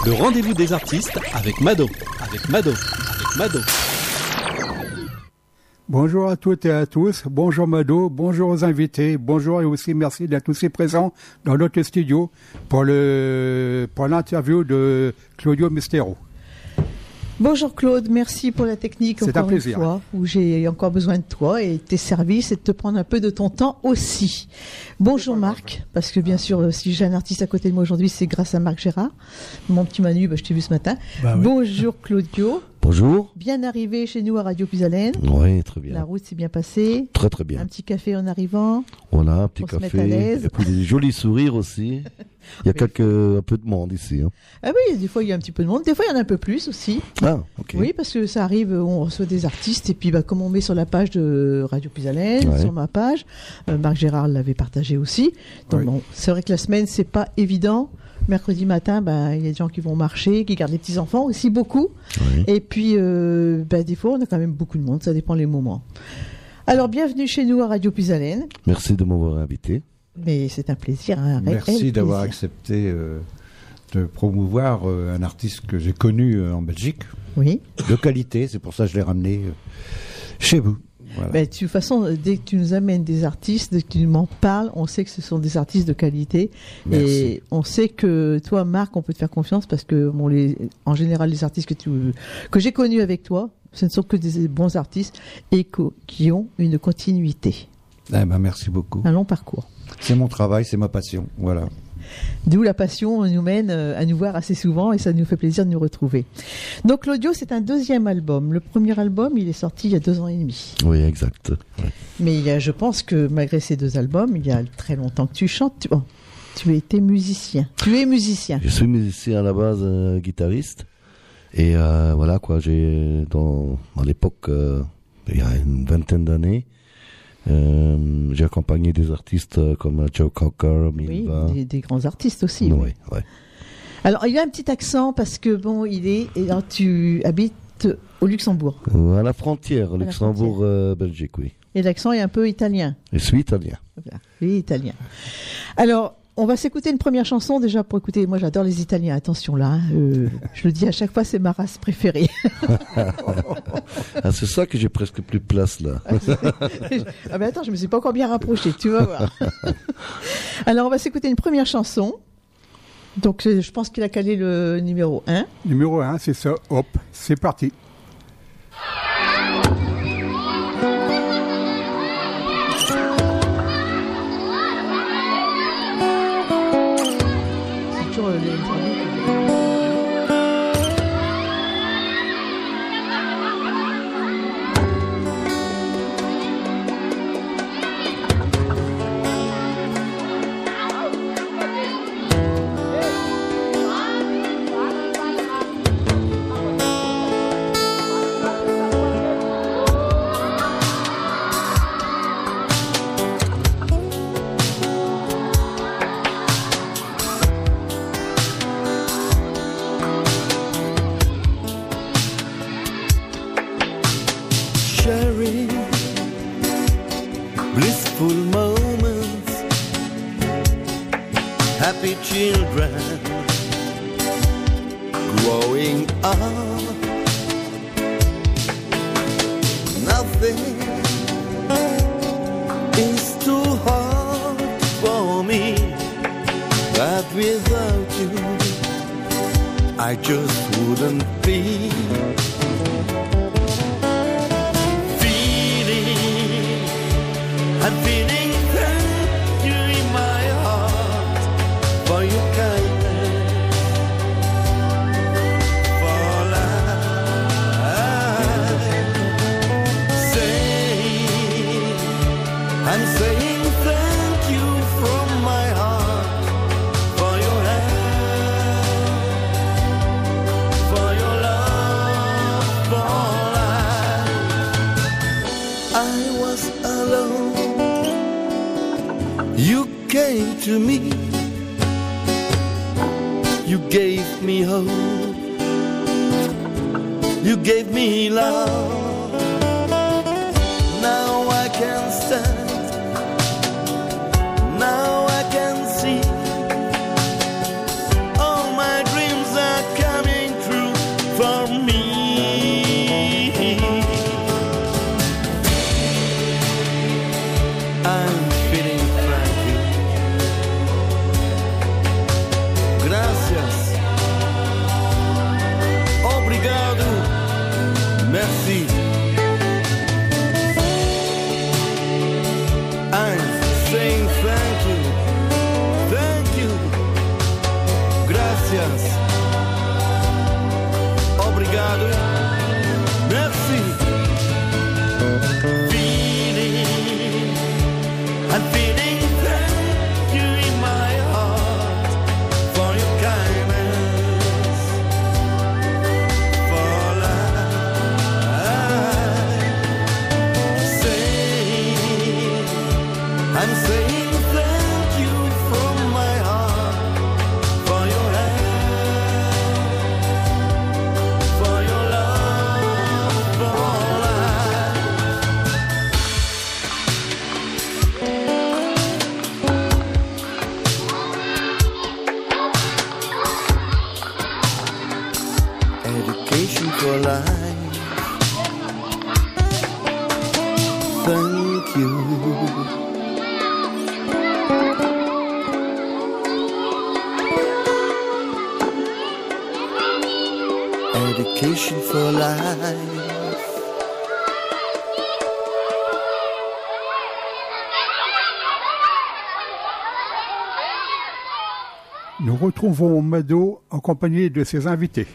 Le rendez-vous des artistes avec Mado. Bonjour à toutes et à tous, bonjour Mado, bonjour aux invités, bonjour et aussi merci d'être aussi présents dans notre studio pour l'interview de Claudio Mistero. Bonjour Claude, merci pour la technique C'est encore un plaisir. une fois, où j'ai encore besoin de toi et tes services et de te prendre un peu de ton temps aussi. Bonjour Marc, parce que bien sûr, si j'ai un artiste à côté de moi aujourd'hui, c'est grâce à Marc Gérard. Mon petit Manu, je t'ai vu ce matin. Oui. Bonjour Claudio. Bonjour. Bien arrivé chez nous à Radio Puisalène. Oui, très bien. La route s'est bien passée. Très très bien. Un petit café en arrivant. Voilà, un petit Pour se mettre à café. l'aise. Et puis des jolis sourires aussi. Il y a un peu de monde ici. Hein. Ah oui, des fois il y a un petit peu de monde, des fois il y en a un peu plus aussi. Ah, ok. Oui, parce que ça arrive, on reçoit des artistes et puis comme on met sur la page de Radio Puisalène, Ouais. sur ma page, Marc Gérard l'avait partagé aussi. Donc Oui. bon, c'est vrai que la semaine c'est pas évident. Mercredi matin, il y a des gens qui vont marcher, qui gardent les petits enfants aussi beaucoup. Oui. Et puis des fois on a quand même beaucoup de monde, ça dépend les moments. Alors bienvenue chez nous à Radio Puisalène. Merci de m'avoir invité. Mais c'est un plaisir, un réel Merci d'avoir plaisir. accepté de promouvoir un artiste que j'ai connu en Belgique, Oui. de qualité, c'est pour ça que je l'ai ramené chez vous. Voilà. De toute façon, dès que tu nous amènes des artistes, dès que tu m'en parles, on sait que ce sont des artistes de qualité. Merci. Et on sait que toi, Marc, on peut te faire confiance parce que en général, les artistes que j'ai connus avec toi, ce ne sont que des bons artistes et qui ont une continuité, Merci beaucoup. un long parcours. C'est mon travail, c'est ma passion. Voilà. D'où la passion nous mène à nous voir assez souvent et ça nous fait plaisir de nous retrouver. Donc l'audio, c'est un deuxième album. Le premier album, il est sorti il y a 2 ans et demi. Oui, exact. Ouais. Mais je pense que malgré ces 2 albums, il y a très longtemps que tu chantes. Tu étais musicien. Tu es musicien. Je suis musicien à la base, guitariste. Et voilà quoi, à l'époque, il y a une vingtaine d'années, j'ai accompagné des artistes comme Joe Cocker, Oui, Milva. des grands artistes aussi. Oui, Oui. ouais. Alors, il y a un petit accent parce que tu habites au Luxembourg. À la frontière, la Luxembourg, Belgique, oui. Et l'accent est un peu italien. Je suis italien. Voilà, oui, italien. Alors, on va s'écouter une première chanson déjà pour écouter. Moi, j'adore les Italiens. Attention là, je le dis à chaque fois, c'est ma race préférée. Ah, c'est ça que j'ai presque plus de place là. Ah ben attends, je me suis pas encore bien rapprochée, tu vas voir. Alors, on va s'écouter une première chanson. Donc, je pense qu'il a calé le numéro 1. Numéro 1, c'est ça, hop, c'est parti. C'est toujours sharing blissful moments, happy children growing up. Nothing is too hard for me, but without you I just wouldn't be. I'm feeling thank you in my heart for your kindness, for life. I'm saying thank you from my heart for your help, for your love, for life. I was alone. You came to me, you gave me hope, you gave me love. Now I can stand, now I can see, all my dreams are gracias. Obrigado. Merci. I'm feeling thank you in my heart for your kindness, for I'm saying thank you from my heart for your help, for your love, for education for life. Thank you. Education for life. Nous retrouvons Mado en compagnie de ses invités.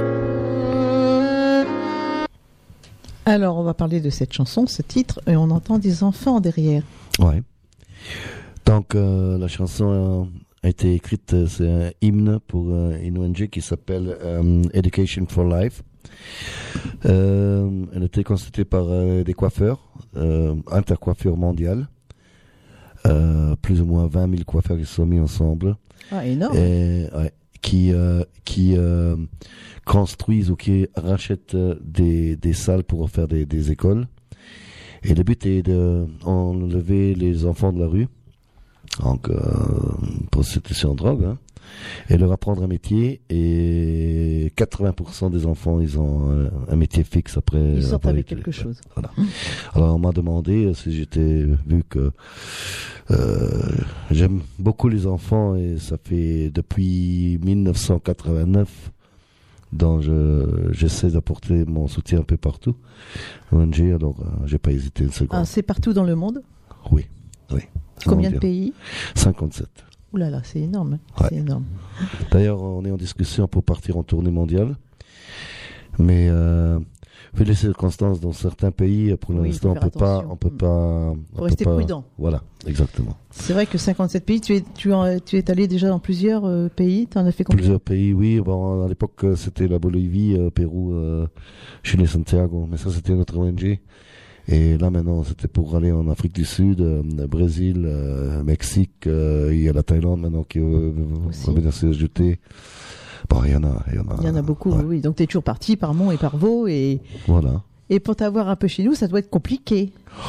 Alors, on va parler de cette chanson, ce titre, et on entend des enfants derrière. Ouais. Donc, la chanson a été écrite, c'est un hymne pour une ONG qui s'appelle Education for Life. Elle était constituée par des coiffeurs, intercoiffure mondiale, plus ou moins 20 000 coiffeurs qui se sont mis ensemble. Ah, énorme. Et, ouais, qui construisent ou qui rachètent des salles pour faire des écoles. Et le but est d'enlever les enfants de la rue, donc prostitution, drogue, hein, et leur apprendre un métier. Et 80% des enfants, ils ont un métier fixe après. Ils sortent après avec quelque chose. Voilà. Alors on m'a demandé si j'étais, vu que j'aime beaucoup les enfants et ça fait depuis 1989 dont j'essaie d'apporter mon soutien un peu partout. ONG, alors j'ai pas hésité une seconde. Ah, c'est partout dans le monde? Oui. Combien de pays? 57. Ouh là là, c'est énorme. Ouais. C'est énorme. D'ailleurs, on est en discussion pour partir en tournée mondiale. Mais vu les circonstances dans certains pays, pour Oui, l'instant, il faut faire on peut pas. Faut rester prudent. Voilà, exactement. C'est vrai que 57 pays, tu es allé déjà dans plusieurs pays, tu en as fait combien? Plusieurs pays, oui. Bon, à l'époque, c'était la Bolivie, Pérou, Chili, Santiago, mais ça, c'était notre ONG. Et là, maintenant, c'était pour aller en Afrique du Sud, Brésil, Mexique, il y a la Thaïlande maintenant qui va venir s'ajouter. Bon, il y en a beaucoup, ouais. oui. Donc, tu es toujours parti par Mont et par Vaux. Et Voilà. pour t'avoir un peu chez nous, ça doit être compliqué.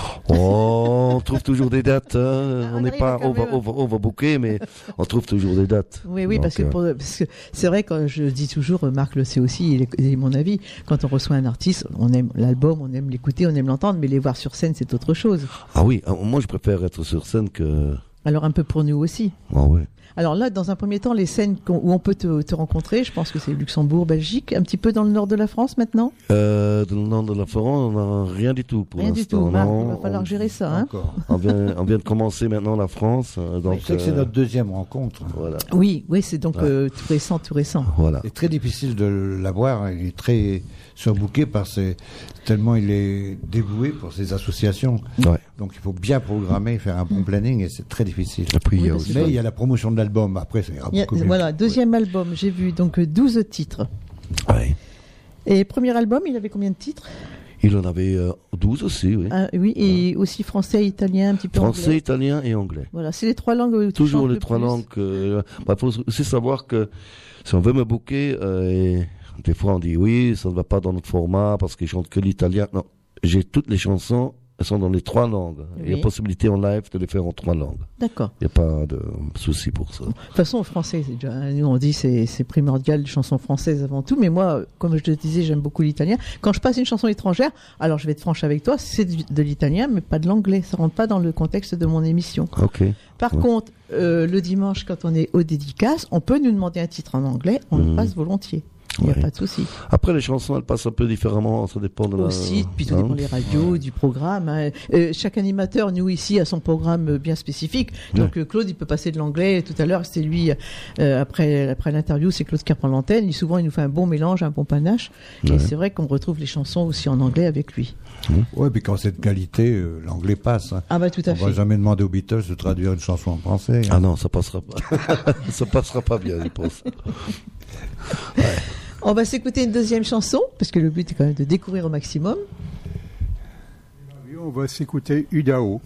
Oh, on trouve toujours des dates. Hein. Ah, On n'est arrive pas quand même. overbooké, mais on trouve toujours des dates. Oui, Donc, parce que c'est vrai, quand je dis toujours, Marc le sait aussi, il est mon avis, quand on reçoit un artiste, on aime l'album, on aime l'écouter, on aime l'entendre, mais les voir sur scène, c'est autre chose. Ah oui, moi je préfère être sur scène que... Alors, un peu pour nous aussi. Ah oui. Alors là, dans un premier temps, les scènes où on peut te rencontrer, je pense que c'est Luxembourg, Belgique, un petit peu dans le nord de la France maintenant. Dans le nord de la France, on n'a rien du tout pour Rien l'instant. du tout, Marc, Non, il va falloir gérer ça. Hein. Encore. on vient de commencer maintenant la France. Donc, Je sais que c'est notre deuxième rencontre. Voilà. Oui, c'est donc Ouais. tout récent. Voilà. C'est très difficile de l'avoir. Il est très surbooké tellement il est dévoué pour ses associations. Ouais. Donc il faut bien programmer, faire un bon planning et c'est très difficile. Et puis, Oui, il y a parce que aussi... Mais il y a la promotion de l'album. Après, ça ira beaucoup mieux. Voilà, deuxième album, j'ai vu donc 12 titres. Ouais. Et premier album, il avait combien de titres? Il en avait 12 aussi, oui. Ah, oui, et aussi français, italien, un petit peu Français, anglais. italien et anglais. Voilà, c'est les trois langues où tu Toujours chantes les le trois plus. langues. Il faut aussi savoir que si on veut me booker, et des fois on dit oui, ça ne va pas dans notre format parce qu'ils chantent que l'italien. Non, j'ai toutes les chansons, elles sont dans les trois langues. Il y a Oui. possibilité en live de les faire en trois langues. D'accord. Il n'y a pas de souci pour ça. De toute façon, en français, c'est déjà, nous on dit c'est primordial, les chansons françaises avant tout, mais moi, comme je te disais, j'aime beaucoup l'italien. Quand je passe une chanson étrangère, alors je vais être franche avec toi, c'est de l'italien, mais pas de l'anglais. Ça rentre pas dans le contexte de mon émission. Ok. Par Ouais. contre, le dimanche, quand on est aux dédicaces, on peut nous demander un titre en anglais, on le passe volontiers. Il n'y a Ouais. pas de souci. Après, les chansons, elles passent un peu différemment, ça dépend de la... Aussi, puis tout dépend des radios, du programme. Hein. Chaque animateur, nous ici, a son programme bien spécifique. Donc Claude, il peut passer de l'anglais. Tout à l'heure, c'était lui, après l'interview, c'est Claude qui reprend l'antenne. Souvent, il nous fait un bon mélange, un bon panache. Et c'est vrai qu'on retrouve les chansons aussi en anglais avec lui. Ouais, puis quand c'est de qualité, l'anglais passe. Hein. Ah bah tout à On va fait. jamais demander aux Beatles de traduire une chanson en français. Ah non, ça passera pas. Ça passera pas bien, je pense. On va s'écouter une deuxième chanson, parce que le but est quand même de découvrir au maximum. Et on va s'écouter Udao.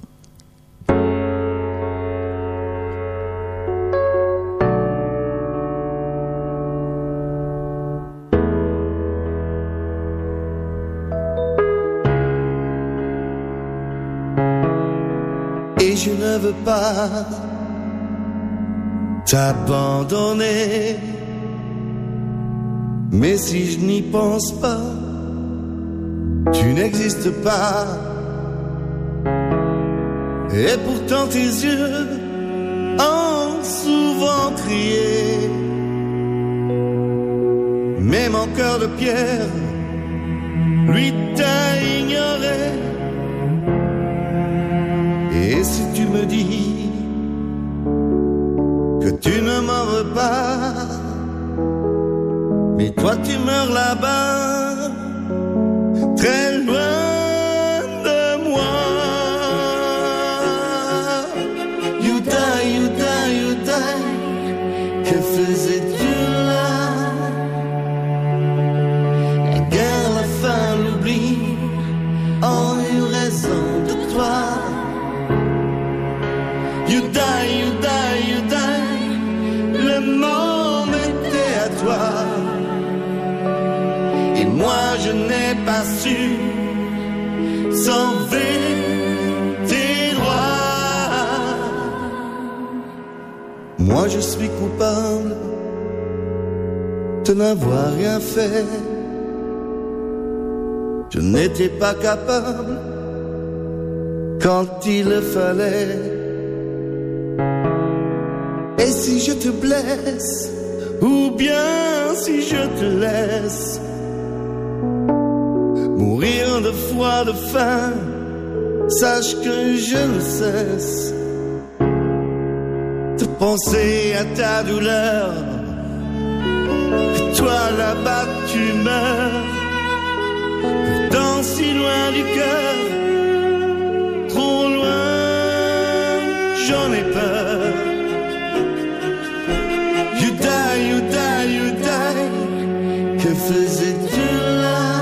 Et je ne veux pas t'abandonner. Mais si je n'y pense pas, tu n'existes pas. Et pourtant tes yeux ont souvent crié. Mais mon cœur de pierre, lui t'a ignoré. Et si tu me dis que tu ne m'en veux pas, mais toi tu meurs là-bas, très loin de moi. You die, you die, you die. Que faisais-tu là? La guerre, la faim, l'oubli ont eu raison de toi. You die, you die, you die. Le monde était à toi. Et moi je n'ai pas su sauver tes droits. Moi je suis coupable de n'avoir rien fait. Je n'étais pas capable quand il le fallait. Et si je te blesse, ou bien si je te laisse mourir de froid, de faim, sache que je ne cesse de penser à ta douleur. Que toi là-bas tu meurs, pourtant si loin du cœur, trop loin, j'en ai peur. You die, you die, you die. Que faisais-tu là?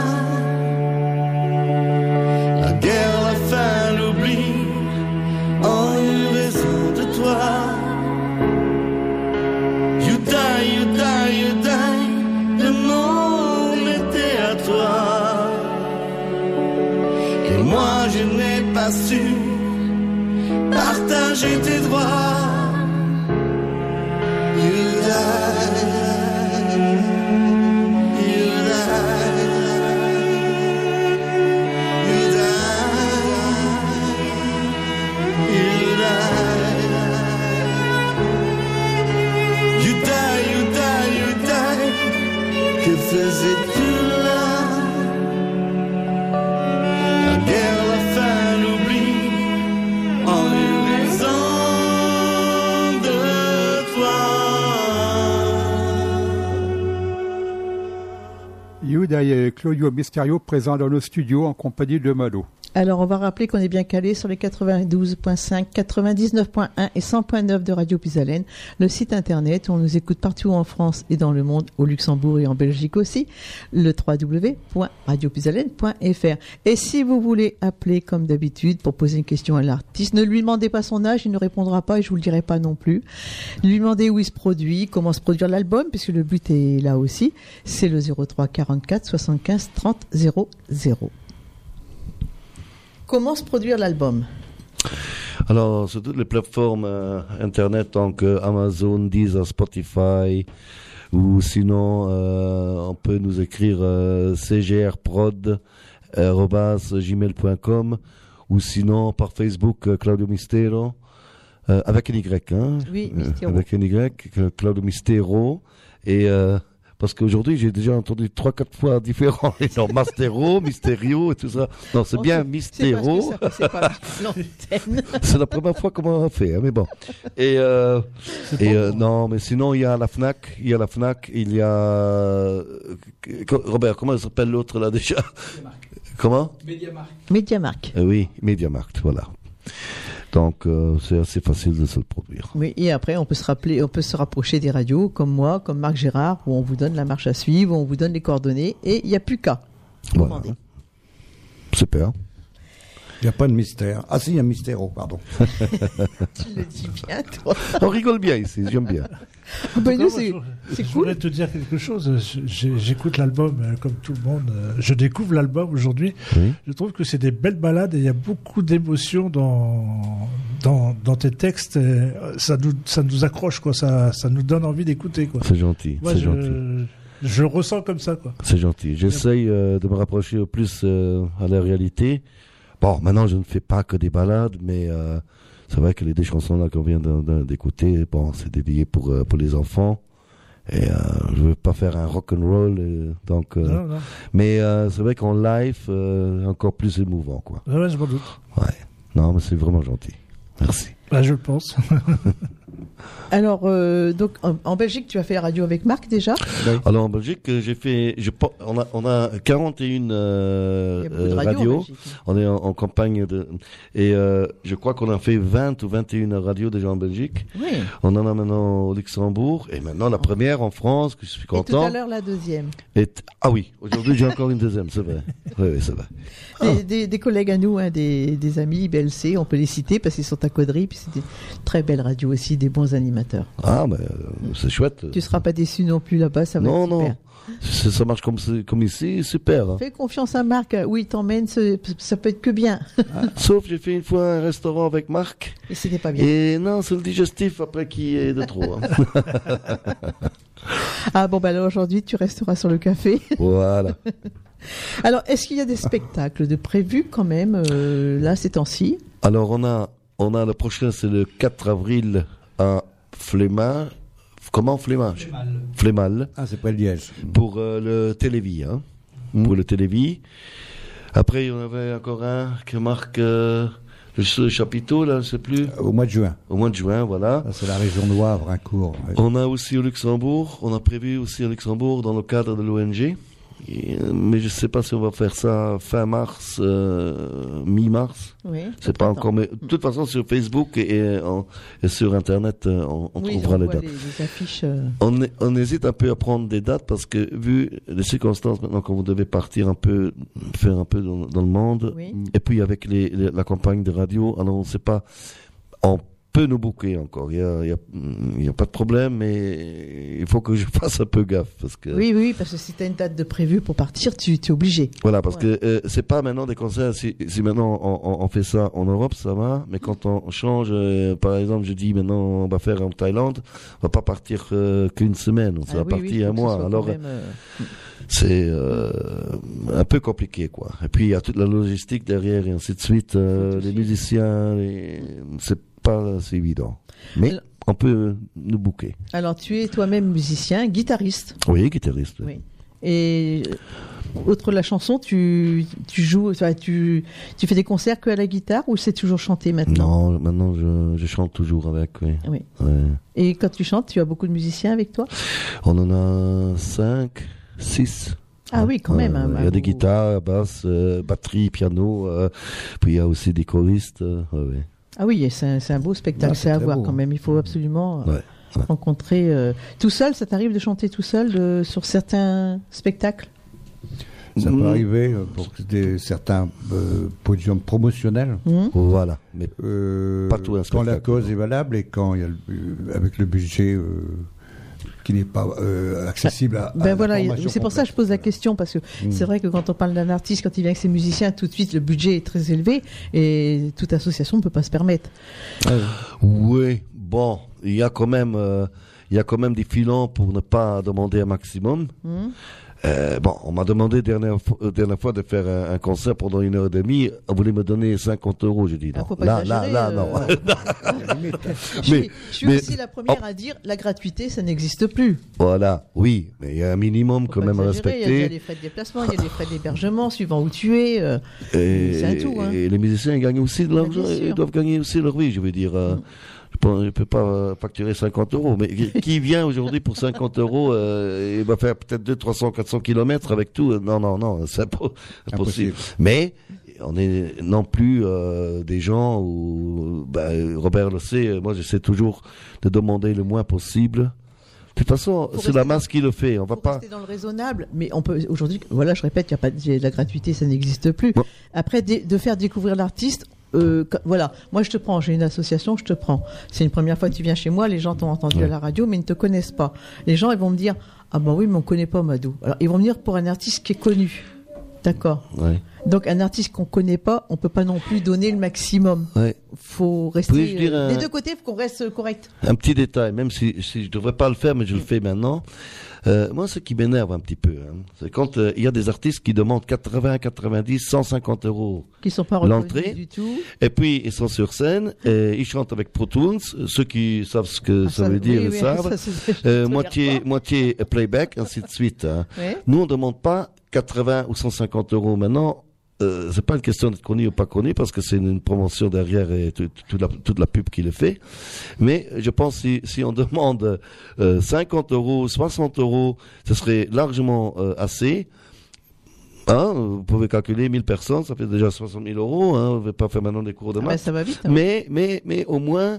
La guerre, la faim, l'oubli ont eu raison de toi. You die, you die, you die. Le monde était à toi. Et moi je n'ai pas su partager tes droits. Que faisais-tu là? La guerre, la faim, l'oubli ont eu raison de toi. Yuda et Claudio Mysterio présents dans nos studios en compagnie de Mado. Alors, on va rappeler qu'on est bien calé sur les 92.5, 99.1 et 100.9 de Radio Puisalène, le site internet où on nous écoute partout en France et dans le monde, au Luxembourg et en Belgique aussi, le www.radiopuisalène.fr. Et si vous voulez appeler comme d'habitude pour poser une question à l'artiste, ne lui demandez pas son âge, il ne répondra pas et je vous le dirai pas non plus. Lui demandez où il se produit, comment se produire l'album, puisque le but est là aussi. C'est le 03 44 75 30 00. Comment se produire l'album? Alors, sur toutes les plateformes internet, donc Amazon, Deezer, Spotify, ou sinon, on peut nous écrire cgrprod@gmail.com, ou sinon par Facebook Claudio Mistero, avec un Y, hein? Oui, Mistero. Avec un Y, Claudio Mistero, et parce qu'aujourd'hui, j'ai déjà entendu 3-4 fois différents. Non, Mastero, Mysterio et tout ça. Non, c'est bien Mystero. C'est pas l'antenne. C'est la première fois qu'on m'a fait, hein, mais bon. Non, mais sinon, il y a la Fnac, il y a Robert, comment s'appelle l'autre là déjà? Comment? Mediamarkt. Oui, Mediamarkt, voilà. Donc, c'est assez facile de se le produire. Oui, et après, on peut se rapprocher des radios, comme moi, comme Marc Gérard, où on vous donne la marche à suivre, où on vous donne les coordonnées, et il n'y a plus qu'à. Voilà. Super. Il n'y a pas de mystère. Ah si, il y a Mystero, pardon. Tu le dis bien, toi. On rigole bien ici, j'aime bien. Ben nous, Je c'est voudrais cool. te dire quelque chose. J'écoute l'album comme tout le monde. Je découvre l'album aujourd'hui. Oui. Je trouve que c'est des belles balades et il y a beaucoup d'émotions dans tes textes. Et ça nous accroche, quoi. Ça nous donne envie d'écouter, quoi. C'est gentil, Moi, c'est gentil. je le ressens comme ça, quoi. C'est gentil. J'essaye de me rapprocher au plus à la réalité. Bon, maintenant, je ne fais pas que des balades, mais c'est vrai que les deux chansons là qu'on vient d'écouter, bon, c'est dédié pour les enfants. Et je veux pas faire un rock and roll, donc. Non. Mais c'est vrai qu'en live, encore plus émouvant, quoi. Ouais, je m'en doute. Ouais. Non, mais c'est vraiment gentil. Merci. Bah, je le pense. Alors, donc, en Belgique, tu as fait la radio avec Marc déjà? Alors en Belgique, on a 41 Il y a beaucoup de radios en radios. Belgique. On est en campagne et je crois qu'on a fait 20 ou 21 radios déjà en Belgique. Oui. On en a maintenant au Luxembourg et maintenant la première en France, que je suis Et tout content. à l'heure, la deuxième. Ah oui, aujourd'hui j'ai encore une deuxième, c'est vrai. Oui, c'est vrai. Des collègues à nous, hein, des amis BLC, on peut les citer parce qu'ils sont à Caudry, puis c'est des très belles radios aussi, des bons animateurs. Ah, mais c'est chouette. Tu seras pas déçu non plus là-bas, ça va Non, être super. non. Ça marche comme ici, super. Hein. Fais confiance à Marc, où il t'emmène, ça peut être que bien. Sauf j'ai fait une fois un restaurant avec Marc. Et c'était pas bien. Et non, c'est le digestif après qui est de trop. Hein. Ah bon, bah alors aujourd'hui, tu resteras sur le café. Voilà. Alors, est-ce qu'il y a des spectacles de prévus quand même, là, ces temps-ci? Alors on a le prochain, c'est le 4 avril à Flémal. Comment Flémal? Flémal. Ah, c'est près de Liège. Pour le Télévis, hein. Pour le Télévis. Après, il y en avait encore un qui marque le chapiteau, là, je sais plus. Au mois de juin. Au mois de juin, voilà. Ça, c'est la région de Wavre, Rincourt. Ouais. On a aussi au Luxembourg, on a prévu aussi au Luxembourg dans le cadre de l'ONG. Mais je ne sais pas si on va faire ça fin mars, mi-mars. Oui. C'est pas encore. Mais de toute façon, sur Facebook et sur Internet, on trouvera les dates. Les affiches. On hésite un peu à prendre des dates parce que vu les circonstances maintenant quand vous devez partir un peu, faire un peu dans le monde, Oui. et puis avec la campagne de radio, alors on ne sait pas. On peut nous booker encore. Il y a pas de problème, mais il faut que je fasse un peu gaffe parce que. Oui, parce que si tu as une date de prévu pour partir, tu es obligé. Voilà, parce que c'est pas maintenant des concerts. Si maintenant on fait ça en Europe, ça va. Mais quand on change, par exemple, je dis maintenant on va faire en Thaïlande, on va pas partir qu'une semaine. Ça va partir un mois. Alors c'est un peu compliqué, quoi. Et puis il y a toute la logistique derrière et ainsi de suite. Les musiciens, c'est pas si évident. Mais alors, on peut nous booker. Alors tu es toi-même musicien, guitariste. Oui, guitariste. Oui. Et outre la chanson, tu joues, tu fais des concerts que à la guitare ou c'est toujours chanté maintenant? Non, maintenant je chante toujours avec, oui. Oui. Ouais. Et quand tu chantes, tu as beaucoup de musiciens avec toi? On en a 5, 6. Ah oui, quand même. Il y a des guitares, basse, batterie, piano, puis il y a aussi des choristes. Ouais. Ah oui, c'est un beau spectacle, c'est à voir quand même. Il faut absolument rencontrer. Tout seul, ça t'arrive de chanter tout seul sur certains spectacles? Ça peut arriver pour certains podiums promotionnels. Voilà, mais pas tout un quand spectacle. la cause est valable et quand il y a avec le budget qui n'est pas accessible à ben la voilà, formation c'est pour ça que je pose la question parce que c'est vrai que quand on parle d'un artiste, quand il vient avec ses musiciens, tout de suite le budget est très élevé et toute association ne peut pas se permettre. Oui, bon, il y a quand même il y a quand même des filons pour ne pas demander un maximum. Bon, on m'a demandé dernière fois de faire un concert pendant 1h30. On voulait me donner 50 €. J'ai dit non. Faut pas exagérer, non. Je suis aussi la première à dire la gratuité, ça n'existe plus. Voilà, oui, mais il y a un minimum Faut quand pas même à exagérer, respecter. Il y a les frais de déplacement, il y a les frais d'hébergement, suivant où tu es. C'est un tout. Hein. Et les musiciens gagnent aussi de l'argent. bien sûr. Ils doivent gagner aussi leur vie, je veux dire. Je ne peux pas facturer 50 €. Mais qui vient aujourd'hui pour 50 €, il va faire peut-être 200, 300, 400 kilomètres avec tout. Non, c'est impossible. Mais on est non plus des gens où, Robert le sait, moi j'essaie toujours de demander le moins possible. De toute façon, c'est la masse qui le fait. On va pas rester dans le raisonnable, mais on peut aujourd'hui. Voilà, je répète, il y a pas de la gratuité, ça n'existe plus. Bon. Après, de faire découvrir l'artiste. Voilà, moi je te prends, j'ai une association, je te prends. C'est une première fois que tu viens chez moi, les gens t'ont entendu à la radio, mais ils ne te connaissent pas. Les gens, ils vont me dire, ah ben oui, mais on connaît pas Madou. Alors ils vont venir pour un artiste qui est connu, d'accord. Ouais. Donc un artiste qu'on connaît pas, on peut pas non plus donner le maximum. Ouais. Faut rester des deux côtés, faut qu'on reste correct. Un petit détail, même si je devrais pas le faire, mais je le fais maintenant. Moi, ce qui m'énerve un petit peu, c'est quand il y a des artistes qui demandent 80, 90, 150 € qui sont pas l'entrée du tout. Et puis ils sont sur scène et ils chantent avec Pro Tools. Ceux qui savent ce que ça veut dire, oui, savent. Moitié playback, ainsi de suite. Ouais. Nous, on demande pas 80 ou 150 € maintenant. C'est pas une question d'être connu ou pas connu parce que c'est une promotion derrière et toute la pub qui le fait. Mais je pense si on demande 50 €, 60 €, ce serait largement assez. Vous pouvez calculer 1000 personnes, ça fait déjà 60 000 €. On ne va pas faire maintenant des cours de maths. Ça va vite. Mais au moins,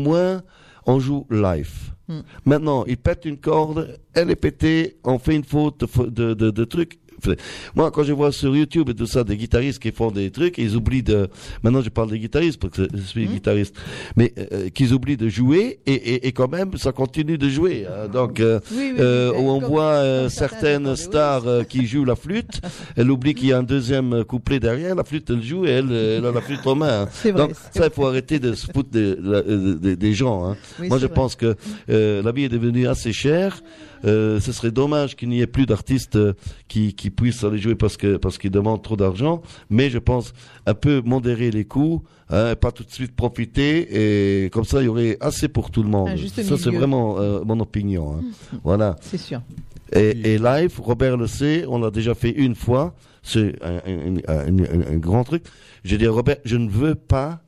on joue live. Maintenant, il pète une corde, elle est pétée, on fait une faute de trucs. Moi, quand je vois sur YouTube et tout ça, des guitaristes qui font des trucs, ils oublient maintenant je parle des guitaristes parce que je suis guitariste, mais qu'ils oublient de jouer et quand même ça continue de jouer. Donc, où on voit certaines stars qui jouent la flûte, elle oublie qu'il y a un deuxième couplet derrière, la flûte elle joue et elle a la flûte en main. Donc ça, il faut arrêter de se foutre des gens. Moi, je pense que la vie est devenue assez chère. Ce serait dommage qu'il n'y ait plus d'artistes qui puissent aller jouer parce qu'ils demandent trop d'argent, mais je pense un peu modérer les coûts, pas tout de suite profiter, et comme ça il y aurait assez pour tout le monde. Ça c'est vraiment mon opinion. Voilà. C'est sûr. Et live, Robert le sait, on l'a déjà fait une fois, c'est un grand truc. J'ai dit Robert, je ne veux pas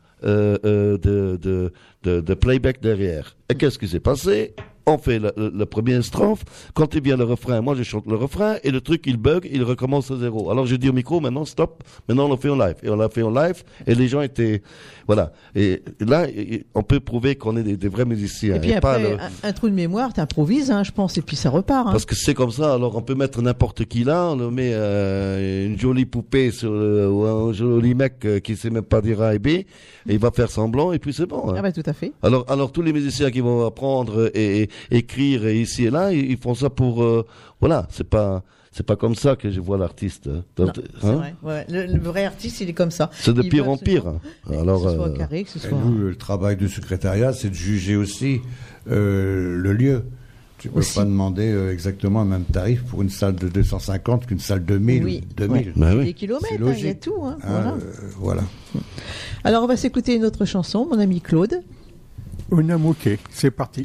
de playback derrière. Et qu'est-ce qui s'est passé? On fait le premier strophe. Quand il vient le refrain, moi je chante le refrain et le truc il bug, il recommence à zéro. Alors je dis au micro, maintenant stop, maintenant on le fait en live. Et on l'a fait en live et les gens étaient... Voilà. Et là, on peut prouver qu'on est des vrais musiciens. Et puis après, un trou de mémoire, t'improvises, je pense, et puis ça repart. Parce que c'est comme ça, alors on peut mettre n'importe qui là, on le met une jolie poupée ou un joli mec qui sait même pas dire A et B, et il va faire semblant et puis c'est bon. Ah bah tout à fait. Alors tous les musiciens qui vont apprendre et écrire ici et là, ils font ça pour... voilà, c'est pas comme ça que je vois l'artiste. Non, c'est vrai. Ouais. Le vrai artiste, il est comme ça. C'est de pire en pire. Alors, que ce soit carré, que ce soit... Nous, le travail du secrétariat, c'est de juger aussi le lieu. Tu peux pas demander exactement le même tarif pour une salle de 250 qu'une salle de 1000. Oui. 2000. Bah oui. Des kilomètres, il y a tout. Voilà. Alors, on va s'écouter une autre chanson, mon ami Claude. Unamuke, c'est parti.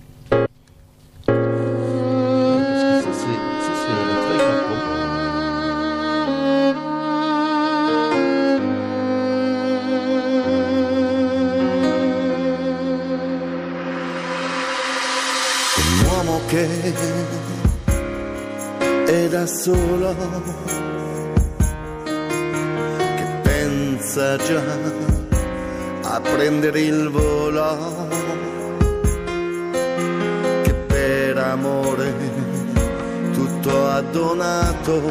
Che è da solo, che pensa già a prendere il volo, che per amore tutto ha donato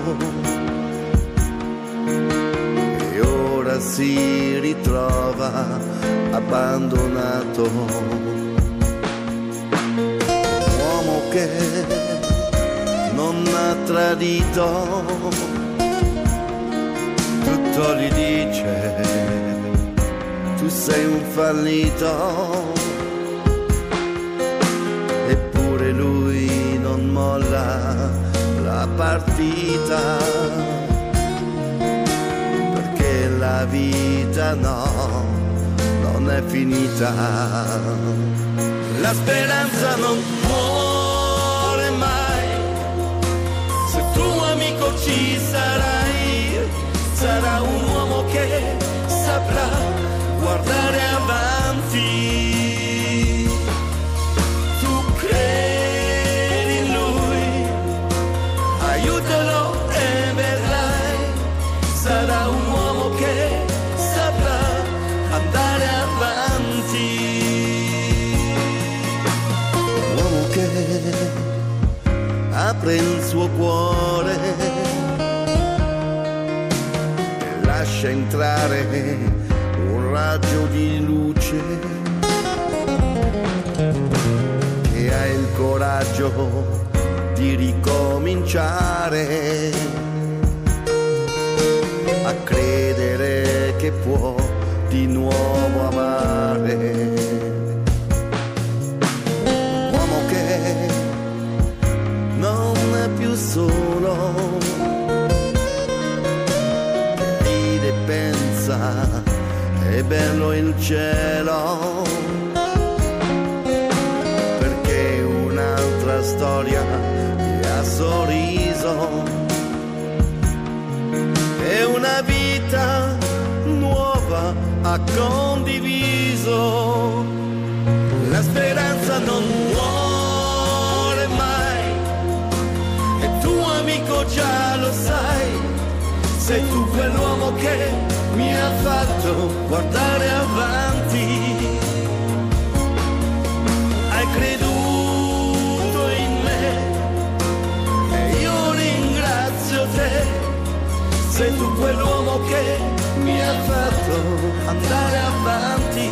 e ora si ritrova abbandonato. Che non ha tradito, tutto gli dice tu sei un fallito, eppure molla la partita, perché la vita no, non è finita. La speranza non muore mai, se tu amico ci sarai, sarà un uomo che saprà guardare avanti. Tu credi in lui, aiutalo e vedrai, sarà un uomo che saprà andare avanti. Un uomo che apre il suo cuore e lascia entrare un raggio di luce, che ha il coraggio di ricominciare a credere che può di nuovo amare. Un uomo che non è più solo, che ride e pensa è bello il cielo, perché un'altra storia gli ha sorriso e una vita nuova ha condiviso. La speranza non muore mai e tu amico già lo sai, sei tu quell'uomo che mi ha fatto guardare avanti. Hai creduto in me e io ringrazio te, sei tu quell'uomo che mi ha fatto andare avanti.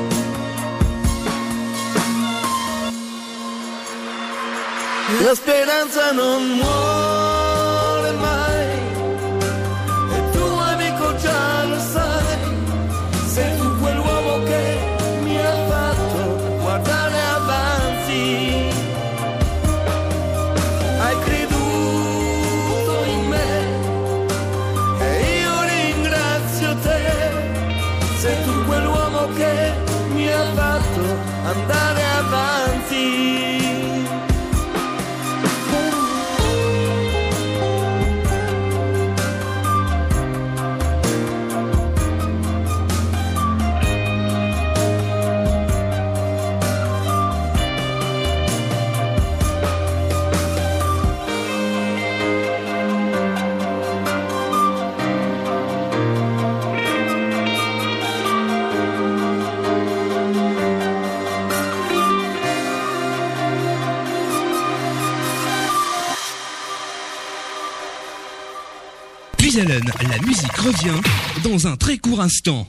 La speranza non muore mai e tu amico già lo sai, sei tu quell'uomo che mi ha fatto guardare avanti. Hai creduto in me e io ringrazio te, sei tu quell'uomo che mi ha fatto andare avanti. Puisalène, la musique revient dans un très court instant.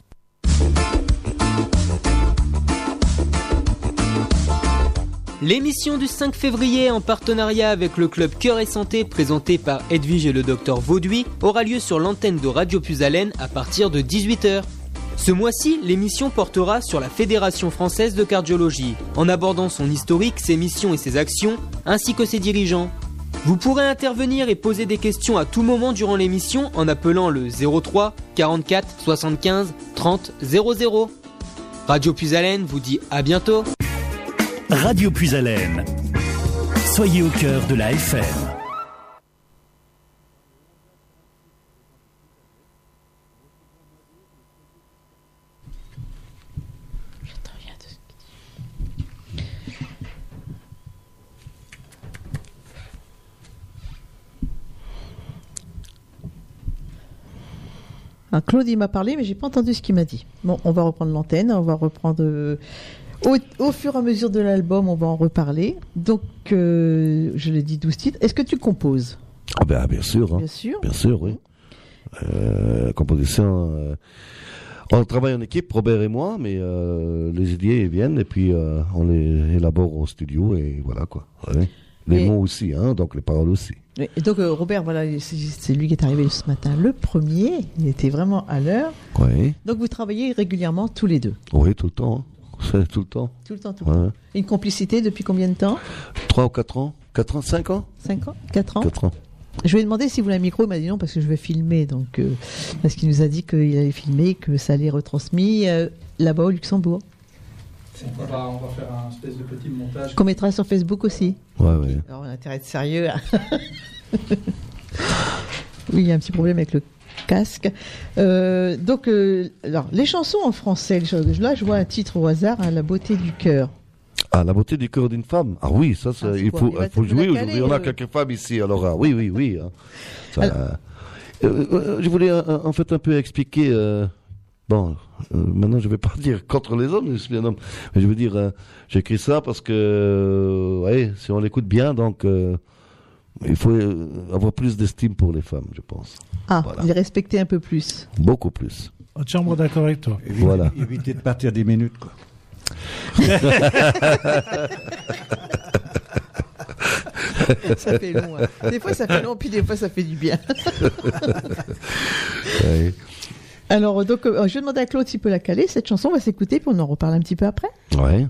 L'émission du 5 février en partenariat avec le club Cœur et Santé présenté par Edwige et le docteur Vauduit aura lieu sur l'antenne de Radio Puisalène à partir de 18h. Ce mois-ci, l'émission portera sur la Fédération française de cardiologie, en abordant son historique, ses missions et ses actions, ainsi que ses dirigeants. Vous pourrez intervenir et poser des questions à tout moment durant l'émission en appelant le 03 44 75 30 00. Radio Puisalène vous dit à bientôt. Radio Puisalène. Soyez au cœur de la FM. Alors Claude, il m'a parlé, mais j'ai pas entendu ce qu'il m'a dit. Bon, on va reprendre l'antenne, on va reprendre au fur et à mesure de l'album, on va en reparler. Donc, je l'ai dit, 12 titres. Est-ce que tu composes ? Ah ben, bien sûr. Hein. Bien sûr. Bien sûr, oui. Composition. On travaille en équipe, Robert et moi, mais les idées viennent et puis on les élabore au studio et voilà quoi. Ouais. Les mots aussi, hein, donc les paroles aussi. Et donc Robert, voilà, c'est lui qui est arrivé ce matin, le premier. Il était vraiment à l'heure. Oui. Donc vous travaillez régulièrement tous les deux. Oui, tout le temps. Hein. C'est tout le temps. Tout le temps, tout le temps. Une complicité depuis combien de temps ? 3 ou 4 ans. 4 ans, 5 ans 5 ans 4 ans 4 ans. Je lui ai demandé s'il voulait un micro, il m'a dit non parce que je vais filmer. Donc, parce qu'il nous a dit qu'il allait filmer, que ça allait retransmis là-bas au Luxembourg. On va faire un espèce de petit montage. Qu'on mettra sur Facebook aussi. Ouais. Alors on a intérêt de sérieux. Oui, il y a un petit problème avec le casque. Donc, alors, les chansons en français, là je vois un titre au hasard, hein, La beauté du cœur. Ah, la beauté du cœur d'une femme. Ah oui, ça, il faut jouer aujourd'hui. On a quelques femmes ici, alors oui. Hein. Ça, je voulais en fait un peu expliquer. Maintenant je vais pas dire contre les hommes, je suis un homme, mais je veux dire, j'ai écrit ça parce que, si on l'écoute bien, donc il faut avoir plus d'estime pour les femmes, je pense. Ah, voilà. Les respecter un peu plus. Beaucoup plus. Entièrement d'accord avec toi. Voilà. Éviter de partir 10 minutes, quoi. Ça fait long. Hein. Des fois ça fait long, puis des fois ça fait du bien. Oui. Alors, donc, je vais demander à Claude s'il peut la caler. Cette chanson, on va s'écouter, puis on en reparle un petit peu après. Ouais.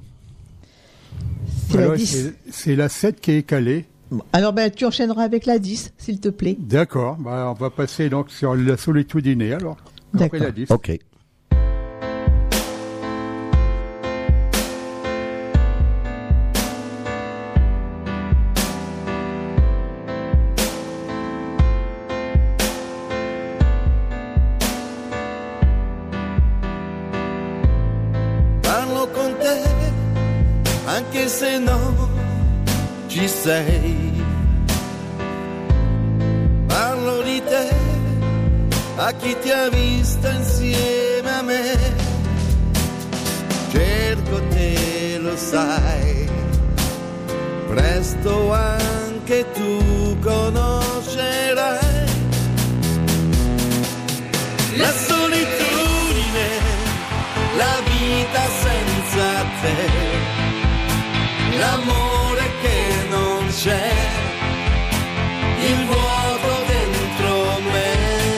C'est la 7 qui est calée. Bon, alors, tu enchaîneras avec la 10, s'il te plaît. D'accord. On va passer donc sur la solitudinée, alors. Après la 10. Ok. Anche se non ci sei, parlo di te a chi ti ha visto insieme a me, cerco te, lo sai, presto anche tu conoscerai la solitudine, la vita senza te. L'amore che non c'è, il vuoto dentro me,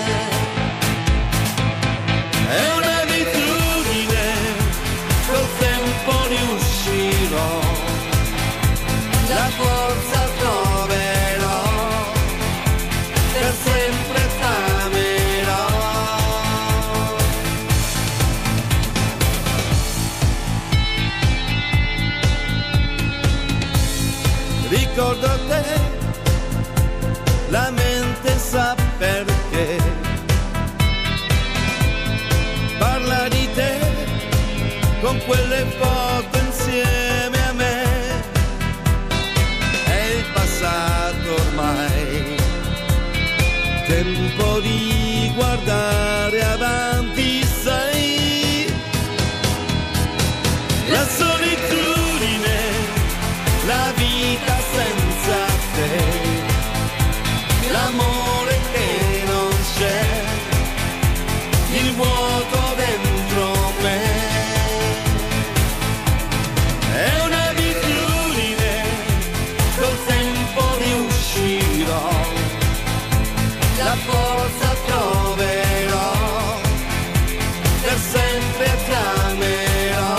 è un'abitudine, col tempo riuscirò, la forza troverò, per sempre t'amerò. Ricordo te, la mente sa perché, parla di te, con quelle foto insieme a me, è il passato ormai, tempo di guardare avanti, sai, la solitudine, la vita senza te, l'amore che non c'è, il vuoto dentro me, è un'abitudine, col tempo riuscirò, la forza troverò, per sempre t'amerò.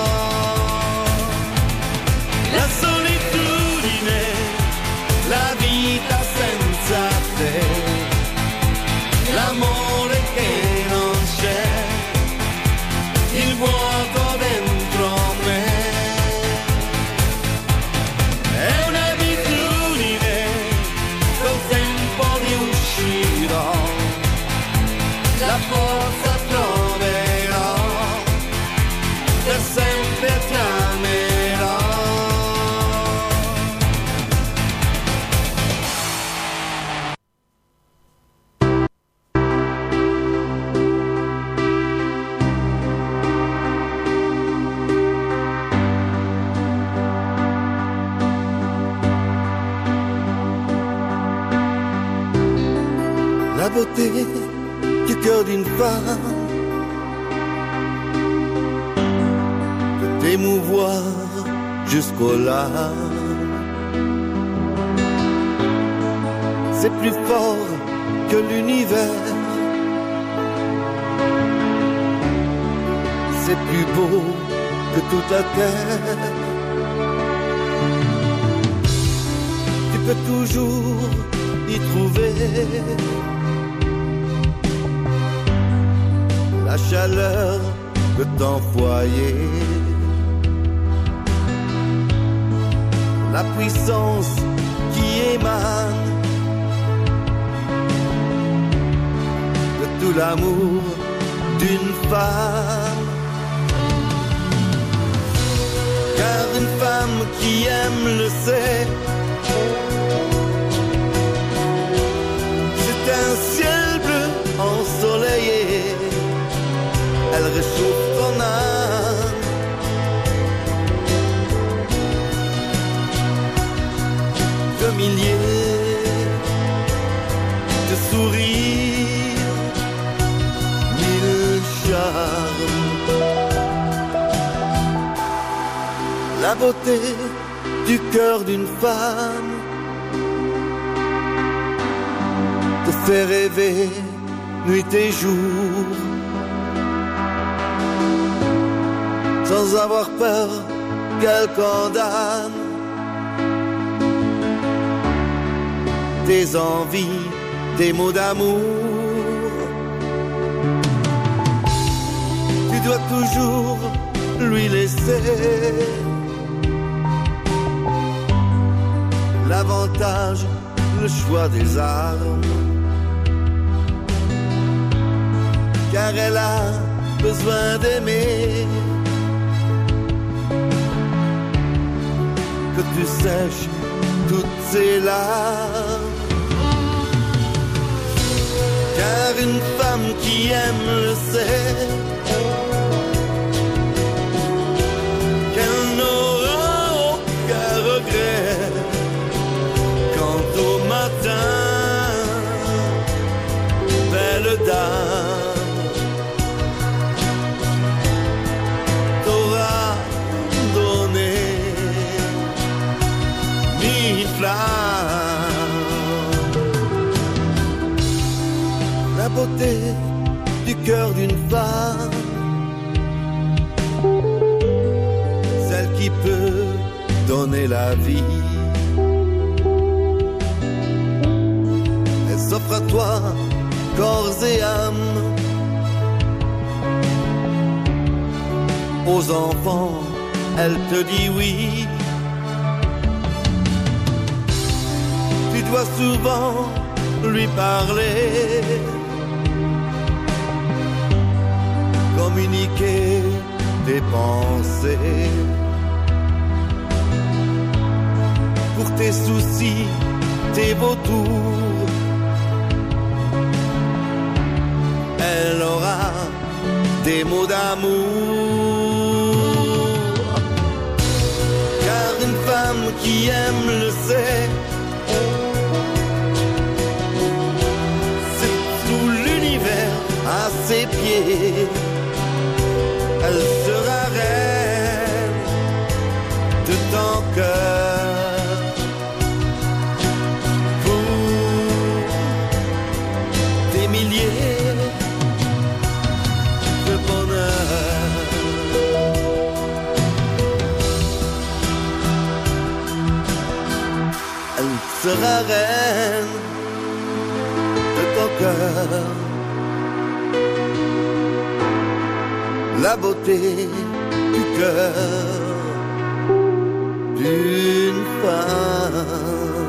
La solitudine, la vita senza te, l'amore che non c'è, il vuoto dentro me, è un'abitudine, col tempo riuscirò, la forza troverò, per sempre t'amerò. La beauté du cœur d'une femme peut t'émouvoir jusqu'aux larmes. C'est plus fort que l'univers, c'est plus beau que toute la terre. peux toujours y trouver la chaleur de ton foyer, la puissance qui émane de tout l'amour d'une femme. Car une femme qui aime le sait, c'est un ciel bleu ensoleillé, elle réchauffe ton âme. De milliers de sourires, mille charmes. La beauté du cœur d'une femme te fait rêver nuit et jour, sans avoir peur qu'elle condamne tes envies, tes mots d'amour. Tu dois toujours lui laisser l'avantage, le choix des armes, car elle a besoin d'aimer, que tu sèches toutes ses larmes. Car une femme qui aime le sait, qu'elle n'aura aucun regret quand au matin, belle dame, t'aura donné mille flammes. La beauté du cœur d'une femme, celle qui peut donner la vie. Elle s'offre à toi, corps et âme. Aux enfants, elle te dit oui. Tu dois souvent lui parler, communiquer tes pensées. Pour tes soucis, tes vautours, elle aura des mots d'amour. Car une femme qui aime le sait, c'est tout l'univers à ses pieds. Elle sera reine de ton cœur pour des milliers de bonheur. Elle sera reine de ton cœur. La beauté du cœur d'une femme.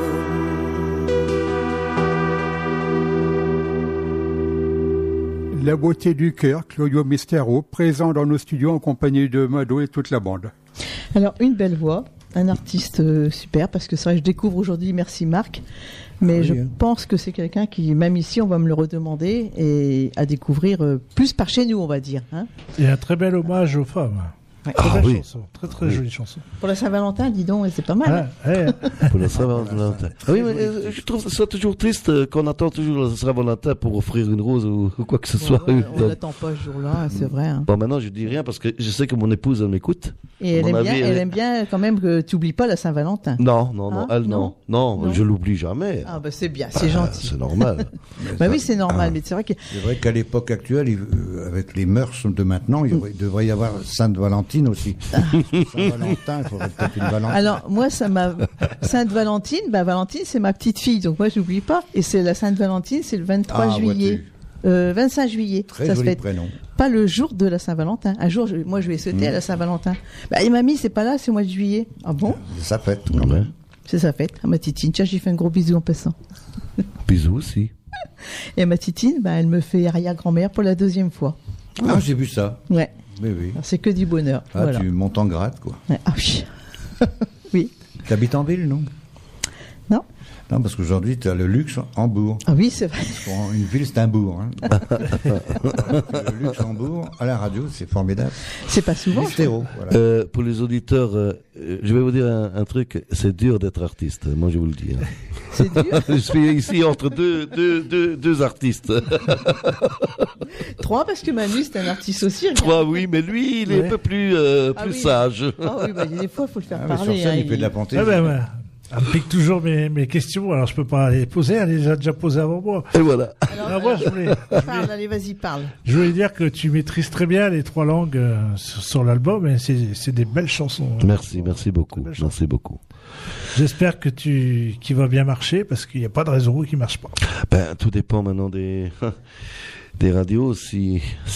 La beauté du cœur, Claudio Mistero, présent dans nos studios en compagnie de Mado et toute la bande. Alors, une belle voix, un artiste super, parce que c'est vrai que je découvre aujourd'hui, merci Marc, mais Oui, je pense que c'est quelqu'un qui, même ici, on va me le redemander, et à découvrir plus par chez nous, on va dire. Hein. Et un très bel hommage aux femmes. Ouais. Très belle oui. chanson, très très jolie chanson. Pour la Saint-Valentin, dis donc, c'est pas mal. Ah, ouais. Pour la Saint-Valentin. Ah oui, mais je trouve ça toujours triste qu'on attend toujours la Saint-Valentin pour offrir une rose ou quoi que ce soit. Ouais, on l'attend pas ce jour-là, c'est vrai. Hein. Bon, maintenant, je dis rien parce que je sais que mon épouse, elle m'écoute. Et elle À mon aime, bien, avis, elle aime bien quand même que tu oublies pas la Saint-Valentin. Non, Hein elle Non. non, je l'oublie jamais. Ah bah c'est bien, c'est gentil. C'est normal. Bah oui, c'est normal, mais c'est vrai que... C'est vrai qu'à l'époque actuelle, avec les mœurs de maintenant, il devrait y avoir Sainte-Valentin Valentine aussi. Saint-Valentin, il faudrait peut-être une Valentine. Alors, moi, Sainte-Valentine, Valentine, c'est ma petite fille, donc moi, j'oublie pas. Et c'est la Sainte-Valentine, c'est le 23 juillet. 25 juillet. Très ça joli se fait prénom. pas le jour de la Saint-Valentin. Un jour, moi, je vais sauter à la Saint-Valentin. Et mamie, c'est pas là, c'est au mois de juillet. Ah bon? Ça fête, quand même. C'est sa fête, à ma titine. Tiens, j'ai fait un gros bisou en passant. Bisous aussi. Et ma titine, elle me fait arrière-grand-mère pour la 2e fois. Ah, j'ai vu ça. Ouais. Oui. Alors, c'est que du bonheur. Ah, voilà. tu montes en grade, quoi. Ouais. Ah oui. Oui. Tu habites en ville, non? Non. Non, parce qu'aujourd'hui, tu as le luxe en bourg. Ah oui, c'est vrai. Une ville, c'est un bourg. Hein. Le luxe en bourg, à la radio, c'est formidable. C'est pas souvent. Stéro, voilà. Pour les auditeurs, je vais vous dire un truc, c'est dur d'être artiste, moi je vous le dis. Hein. C'est dur. Je suis ici entre deux artistes. 3 parce que Manu c'est un artiste aussi. Regarde. 3 oui, mais lui il est un peu plus oui. sage. Ah oui, des fois il faut le faire Sur parler. scène, il fait de la fantaisie. Elle pique toujours mes questions, alors je peux pas les poser, elle les a déjà posées avant moi. Et voilà. Alors, parle, allez, vas-y, parle. Je voulais dire que tu maîtrises très bien les 3 langues sur l'album, et c'est des belles chansons. Merci beaucoup. Merci beaucoup. J'espère que qu'il va bien marcher, parce qu'il n'y a pas de raison qu'il marche pas. Tout dépend maintenant des radios, si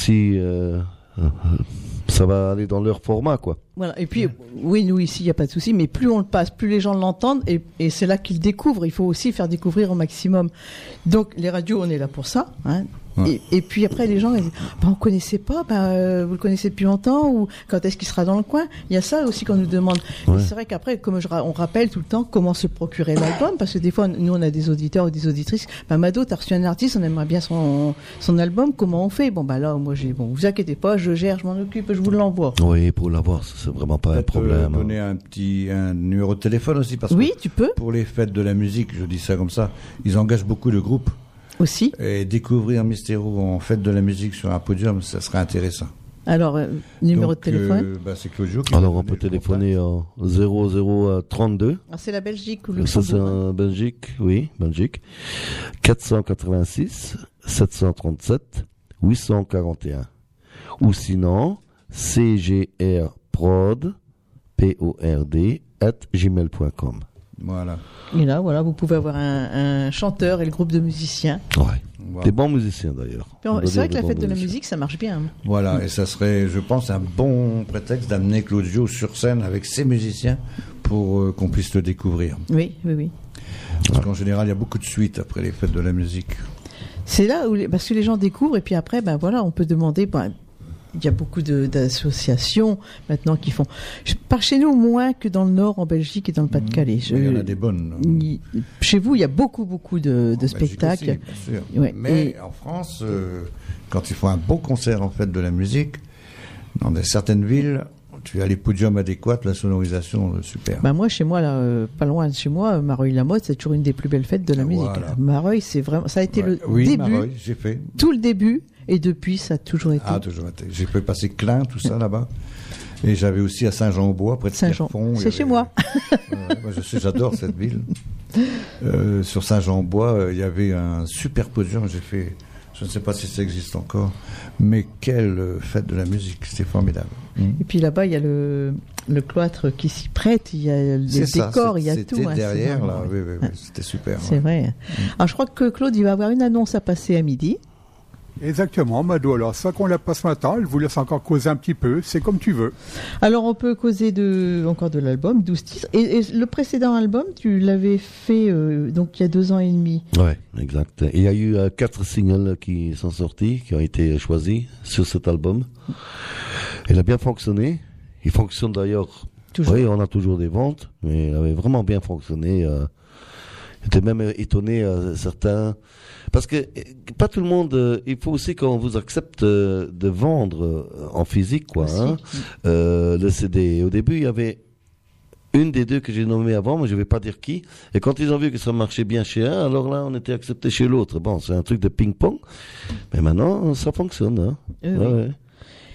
ça va aller dans leur format, quoi. Voilà. Et puis, oui, nous ici, il n'y a pas de souci, mais plus on le passe, plus les gens l'entendent, et c'est là qu'ils découvrent. Il faut aussi faire découvrir au maximum. Donc, les radios, on est là pour ça, hein. Ouais. Et puis après, les gens, ils disent, on connaissait pas, vous le connaissez depuis longtemps, ou quand est-ce qu'il sera dans le coin? Il y a ça aussi qu'on nous demande. Ouais. C'est vrai qu'après, comme on rappelle tout le temps comment se procurer l'album, parce que des fois, nous, on a des auditeurs ou des auditrices. Mado, t'as reçu un artiste, on aimerait bien son album, comment on fait? Là, moi, vous inquiétez pas, je gère, je m'en occupe, je vous l'envoie. Oui, pour l'avoir, c'est vraiment pas un problème. Donner un numéro de téléphone aussi, parce oui, que tu peux. Pour les fêtes de la musique, je dis ça comme ça, ils engagent beaucoup de groupes. Aussi. Et découvrir Mystéro en fête de la musique sur un podium, ça serait intéressant. Alors, numéro de téléphone c'est Claudio qui Alors, on peut téléphoner en 0032. Alors, c'est la Belgique ou le Ça, c'est en Belgique, oui, Belgique. 486 737 841. Ou sinon, cgrprod, PORD, @gmail.com. Voilà. Et là, vous pouvez avoir un chanteur et le groupe de musiciens. Ouais. Wow. Des bons musiciens d'ailleurs. C'est vrai que la fête de la musique, ça marche bien. Voilà, et ça serait, je pense, un bon prétexte d'amener Claudio sur scène avec ses musiciens pour qu'on puisse le découvrir. Oui. Parce qu'en général, il y a beaucoup de suites après les fêtes de la musique. C'est là où, parce que les gens découvrent, et puis après, on peut demander. Il y a beaucoup d'associations maintenant qui font. Par chez nous, moins que dans le Nord, en Belgique et dans le Pas-de-Calais. Il y en a des bonnes. Chez vous, il y a beaucoup de spectacles. Aussi, bien sûr. Ouais. Mais en France, quand ils font un beau concert en fête de la musique, dans certaines villes, tu as les podiums adéquats, la sonorisation super. Moi, chez moi, là, pas loin de chez moi, Mareuil-la-Motte, c'est toujours une des plus belles fêtes de la musique. Mareuil, c'est vraiment, ça a été le début. Mareuil, j'ai fait. Tout le début. Et depuis, ça a toujours été. Ah, toujours été. J'ai fait passer Klein, tout ça là-bas. Et j'avais aussi à Saint-Jean-au-Bois, près de Pierrefonds. C'est chez moi. Moi, j'adore cette ville. Sur Saint-Jean-au-Bois, il y avait un super podium. J'ai fait, je ne sais pas si ça existe encore, mais quelle fête de la musique. C'était formidable. Et puis là-bas, il y a le cloître qui s'y prête, il y a le décor, il y a tout. C'était derrière, là. Oui, c'était super. C'est vrai. Alors, je crois que Claude, il va avoir une annonce à passer à midi. Exactement, Mado. Alors, ça qu'on l'a pas ce matin, elle vous laisse encore causer un petit peu, c'est comme tu veux. Alors, on peut causer encore de l'album, 12 titres. Et le précédent album, tu l'avais fait donc il y a 2 ans et demi. Ouais, exact. Il y a eu 4 singles qui sont sortis, qui ont été choisis sur cet album. Il a bien fonctionné. Il fonctionne d'ailleurs. Toujours. Oui, on a toujours des ventes, mais il avait vraiment bien fonctionné. J'étais même étonné certains. Parce que pas tout le monde. Il faut aussi qu'on vous accepte de vendre en physique, quoi. Hein. Le CD. Au début, il y avait une des 2 que j'ai nommées avant, mais je vais pas dire qui. Et quand ils ont vu que ça marchait bien chez un, alors là, on était accepté chez l'autre. Bon, c'est un truc de ping-pong. Mais maintenant, ça fonctionne. Hein. Oui.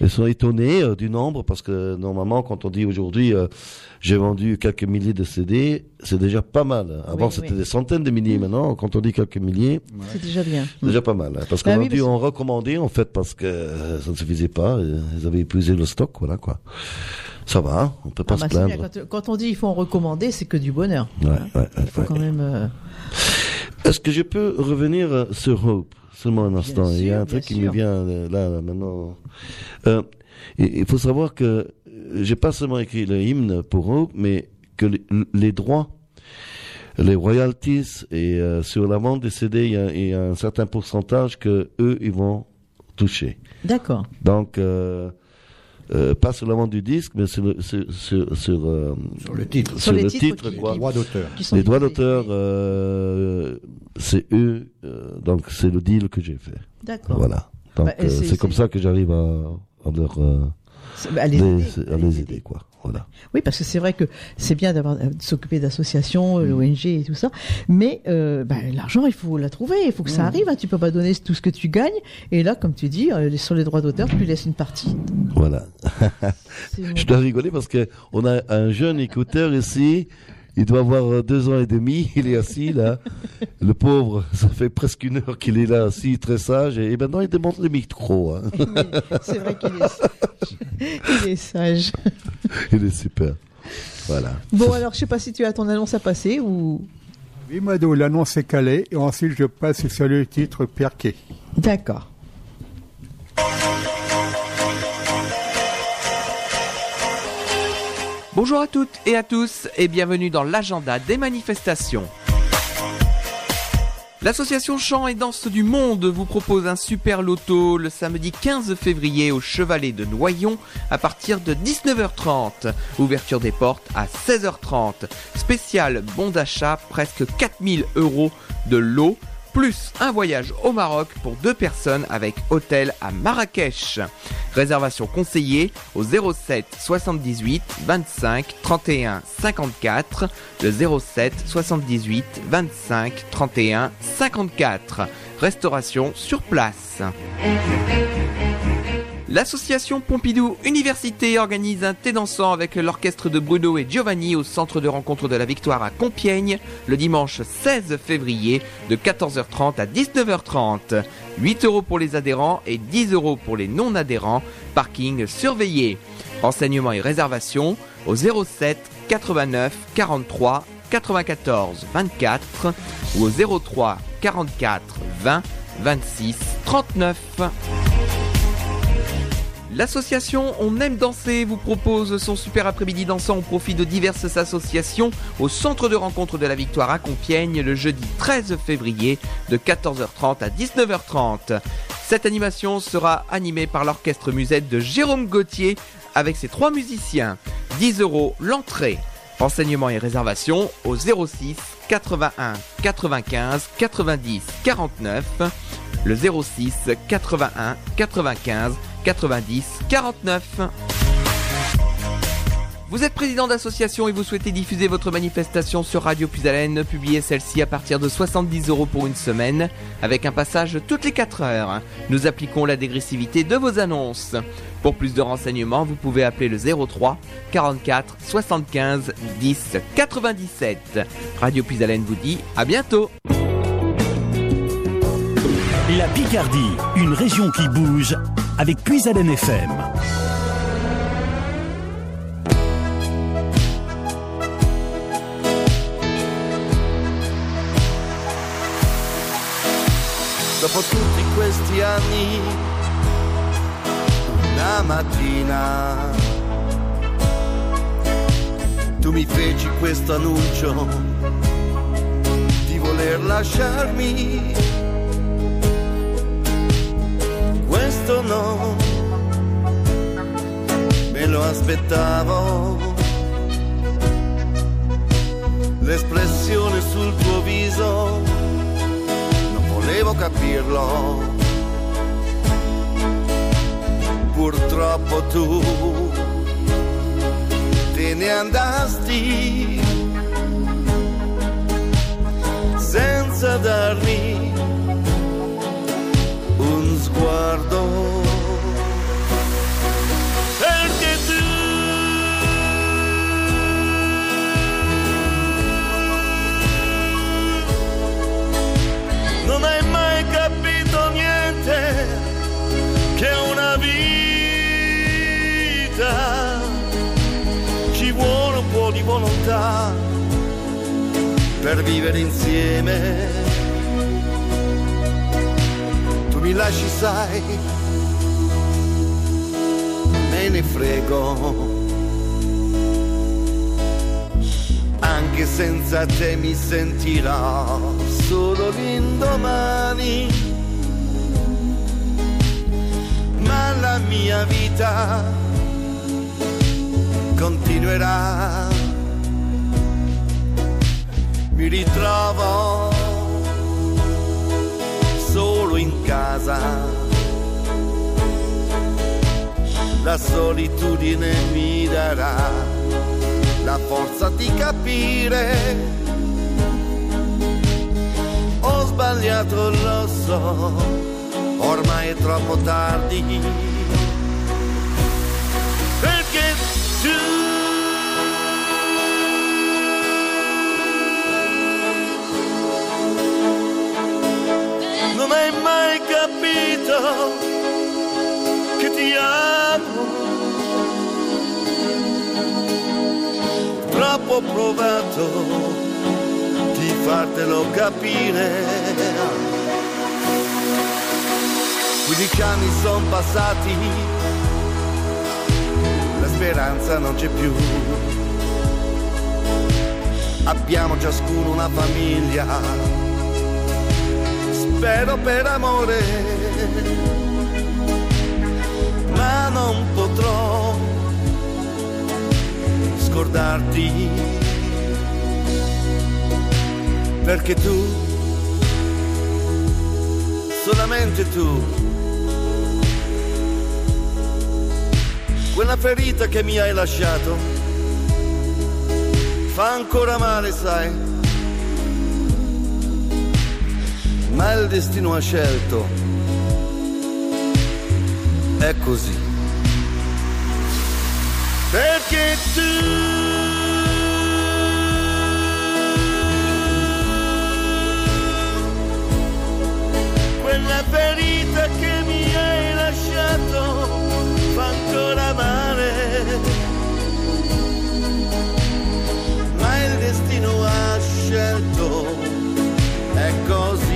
Ils sont étonnés du nombre, parce que normalement, quand on dit aujourd'hui, j'ai vendu quelques milliers de CD, c'est déjà pas mal. Avant, c'était des centaines de milliers. Maintenant, quand on dit quelques milliers, c'est déjà bien. C'est déjà pas mal. Parce qu'on a dû en recommander, en fait, parce que ça ne suffisait pas. Ils avaient épuisé le stock, voilà, quoi. Ça va, on peut pas se plaindre. Quand on dit il faut en recommander, c'est que du bonheur. Il faut quand même. Est-ce que je peux revenir sur Hope seulement un instant? Bien sûr, il y a un truc qui me vient là maintenant. Il faut savoir que j'ai pas seulement écrit le hymne pour Hope, mais que les droits, les royalties et sur la vente des CD, il y a un certain pourcentage que eux ils vont toucher. D'accord. Donc pas sur la vente du disque, mais sur le titre. Sur les titres, quoi. Les droits d'auteur. Les droits d'auteur, c'est eux, donc c'est le deal que j'ai fait. D'accord. Voilà. Donc c'est comme ça que j'arrive à leur les aider, quoi. Voilà. Oui, parce que c'est vrai que c'est bien de s'occuper d'associations, l'ONG et tout ça, mais l'argent, il faut la trouver, il faut que ça arrive. Hein. Tu peux pas donner tout ce que tu gagnes. Et là, comme tu dis, sur les droits d'auteur, tu laisses une partie. Voilà. Je dois rigoler parce que on a un jeune écouteur ici. Il doit avoir 2 ans et demi, il est assis là. Le pauvre, ça fait presque 1 heure qu'il est là assis, très sage, et maintenant il démonte le micro. Hein. Oui, c'est vrai qu'il est sage. Il est super. Voilà. Bon, alors je sais pas si tu as ton annonce à passer ou... Oui, Mado, l'annonce est calée, et ensuite je passe sur le titre Perquet. D'accord. Bonjour à toutes et à tous et bienvenue dans l'agenda des manifestations. L'association Chant et Danse du Monde vous propose un super loto le samedi 15 février au Chevalet de Noyon à partir de 19h30. Ouverture des portes à 16h30. Spécial bon d'achat, presque 4000 € de lot, plus un voyage au Maroc pour 2 personnes avec hôtel à Marrakech. Réservation conseillée au 07 78 25 31 54, le 07 78 25 31 54. Restauration sur place. L'association Pompidou Université organise un thé dansant avec l'orchestre de Bruno et Giovanni au centre de rencontre de la Victoire à Compiègne le dimanche 16 février de 14h30 à 19h30. 8 € pour les adhérents et 10 € pour les non-adhérents. Parking surveillé. Renseignements et réservations au 07 89 43 94 24 ou au 03 44 20 26 39. L'association On aime danser vous propose son super après-midi dansant au profit de diverses associations au centre de rencontre de la Victoire à Compiègne le jeudi 13 février de 14h30 à 19h30. Cette animation sera animée par l'orchestre musette de Jérôme Gauthier avec ses 3 musiciens. 10 € l'entrée. Renseignements et réservations au 06 81 95 90 49, le 06 81 95 90 49. Vous êtes président d'association et vous souhaitez diffuser votre manifestation sur Radio Puisalène, publiez celle-ci à partir de 70 € pour une semaine, avec un passage toutes les 4 heures. Nous appliquons la dégressivité de vos annonces. Pour plus de renseignements, vous pouvez appeler le 03 44 75 10 97. Radio Puisalène vous dit à bientôt. La Picardie, une région qui bouge avec Puisalène FM. Dopo tutti questi anni, una mattina, tu mi feci questo annuncio di voler lasciarmi. Questo no, me lo aspettavo, l'espressione sul tuo viso, non volevo capirlo, purtroppo tu te ne andasti senza darmi un sguardo. di volontà per vivere insieme. Tu mi lasci, sai, me ne frego. Anche senza te mi sentirò solo l'indomani, ma la mia vita continuerà. Mi ritrovo solo in casa, la solitudine mi darà la forza di capire. Ho sbagliato, lo so, ormai è troppo tardi, perché tu non hai mai capito che ti amo. Troppo provato di fartelo capire. 15 anni sono passati, la speranza non c'è più. Abbiamo ciascuno una famiglia, spero per amore, ma non potrò scordarti, perché tu, solamente tu, quella ferita che mi hai lasciato fa ancora male, sai, ma il destino ha scelto, è così. Perché tu quella ferita che mi hai lasciato fa ancora male, ma il destino ha scelto, è così.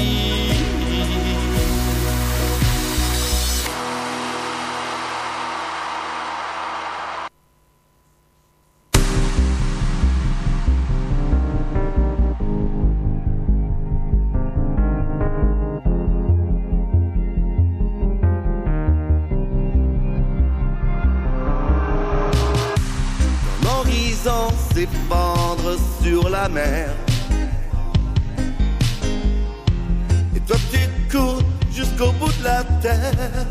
S'effondre sur la mer, et toi tu cours jusqu'au bout de la terre.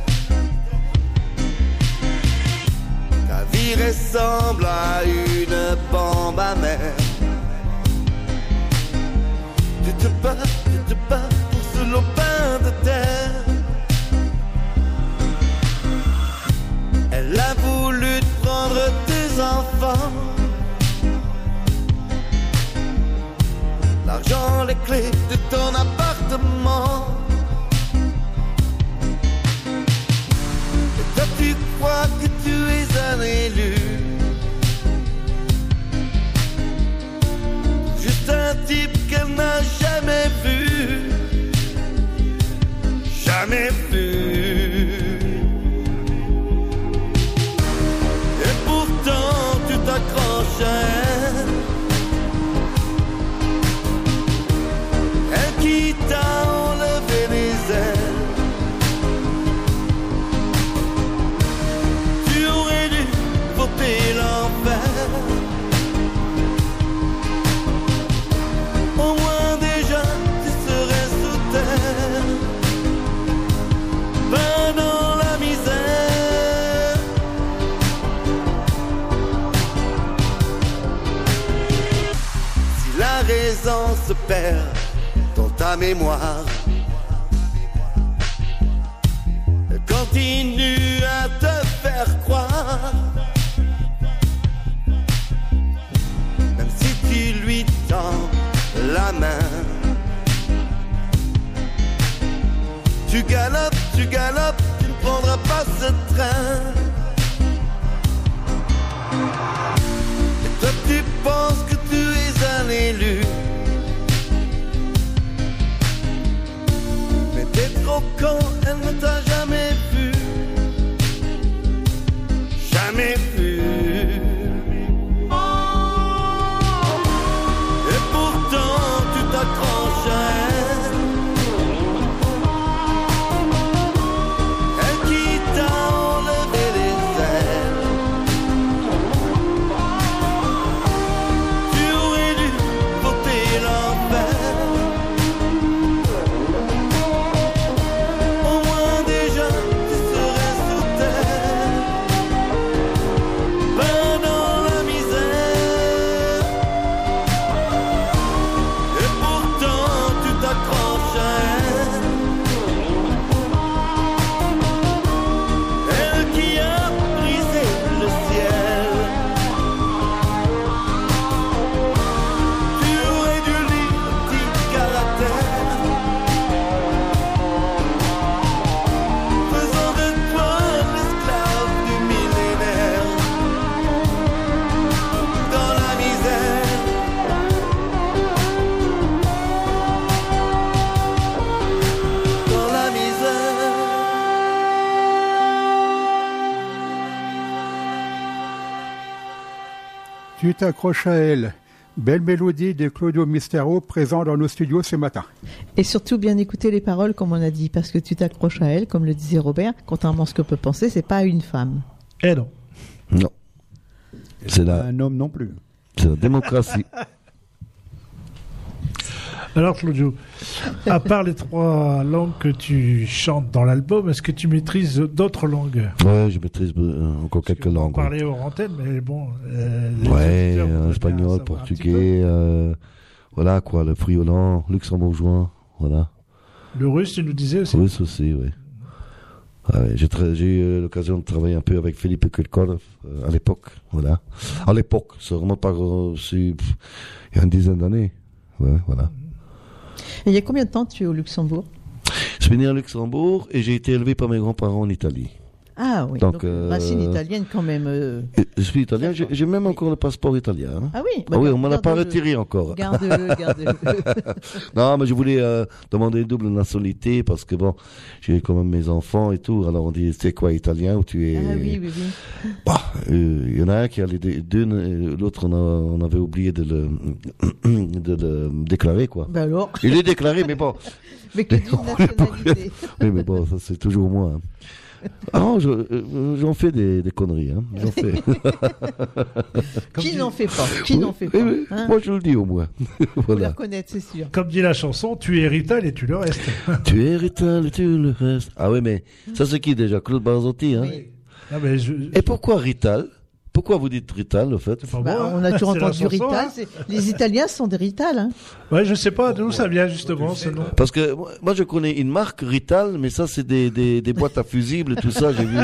Ta vie ressemble à une bombe amère. Tu te bats pour ce lopin de terre. Elle a voulu te prendre tes enfants, l'argent, les clés de ton appartement. Et toi tu crois que tu es un élu, juste un type qu'elle n'a jamais vu, jamais vu. Et pourtant tu t'accroches à elle, qui t'a enlevé les ailes. Tu aurais dû voter l'enfer, au moins déjà tu serais sous terre, pas dans la misère. Si la raison se perd dans ta mémoire, continue à te faire croire, même si tu lui tends la main. Tu galopes, tu ne prendras pas ce train. Et toi Oh, quand elle ne t'a jamais vu, jamais vu. Et pourtant tu t'accroches à elle, elle qui t'a enlevé les ailes. Tu aurais dû voter l'enfer. Au moins déjà tu serais sous terre, pas dans la misère. Et pourtant tu t'accroches à elle, elle qui a brisé le ciel. Tu aurais dû lire le petit caractère, faisant de toi l'esclave du millénaire. Dans la misère, dans la misère. Tu t'accroches à elle. Belle mélodie de Claudio Mistero présent dans nos studios ce matin. Et surtout bien écouter les paroles comme on a dit, parce que tu t'accroches à elle, comme le disait Robert, contrairement à ce que peut penser, c'est pas une femme. Eh non. Non. C'est la, Un homme non plus. c'est la démocratie. Alors Claudio, à part les 3 langues que tu chantes dans l'album, est-ce que tu maîtrises d'autres langues? Ouais, je maîtrise encore quelques langues. On parlait hors antenne, mais bon. Les Ouais, auditeurs voudraient bien espagnol, savoir un portugais, voilà quoi, le friolant, luxembourgeois, voilà. petit peu. Le russe, tu nous disais aussi. Russe aussi, oui. Ah ouais, j'ai eu l'occasion de travailler un peu avec Philippe Kirkorov à l'époque, voilà. À l'époque, c'est vraiment pas il y a une dizaine d'années. Ouais, voilà. Et il y a combien de temps tu es au Luxembourg? Je suis né à Luxembourg et j'ai été élevé par mes grands-parents en Italie. Ah oui, Donc, racine italienne quand même. Je suis italien, j'ai même encore le passeport italien. Hein. Ah oui, Ah oui, on m'en a pas retiré encore. Garde-le, garde-le. Non, mais je voulais demander une double nationalité parce que bon, j'ai quand même mes enfants et tout. Alors on dit, c'est quoi, italien ou tu es... Ah oui, oui, oui. Bah, il y en a un qui a les deux, l'autre on avait oublié de le déclarer quoi. Ben alors. Il est déclaré, mais bon. Mais que d'une nationalité. Oui, mais bon, ça c'est toujours moi. Hein. Ah non, j'en fais des conneries. Hein. J'en fais. Qui n'en fait pas? Qui n'en fait pas? Oui, hein? moi je le dis au moins. Faut le Voilà. reconnaître, c'est sûr. Comme dit la chanson, tu es Rital et tu le restes. Tu es Rital et tu le restes. Ah oui, mais ça c'est qui déjà? Claude Barzotti, hein? Oui. Ah, mais Et pourquoi Rital? Pourquoi vous dites Rital, au fait? C'est pas Bah, bon, hein. on a toujours C'est la entendu chanson, Rital. hein. Les Italiens sont des Rital. Hein. Ouais, je sais pas d'où ça vient justement ce nom. Parce que moi je connais une marque Rital, mais ça c'est des boîtes à fusibles, tout ça j'ai vu.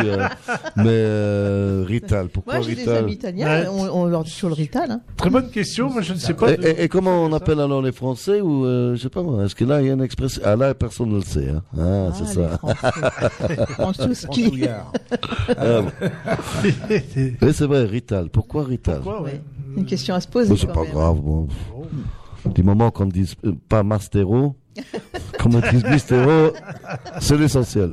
Mais Rital, pourquoi Moi, j'ai des Rital? amis italiens, Ouais. on leur dit sur le Rital. Hein. Très bonne question, moi je ne sais pas. Et comment on appelle alors les Français ou je sais pas moi? Est-ce que là il y a une expression? Ah là personne ne le sait. Hein. Ah, c'est les ça. Français. Franceschi. Franchouillard. Ah, oui, c'est vrai, Rital. Pourquoi Rital? Pourquoi, ouais. Ouais. Une question à se poser. Bon, c'est quand pas même. grave. Bon. Du moment qu'on ne dise pas Mastero, comme on dit Mistero, c'est l'essentiel.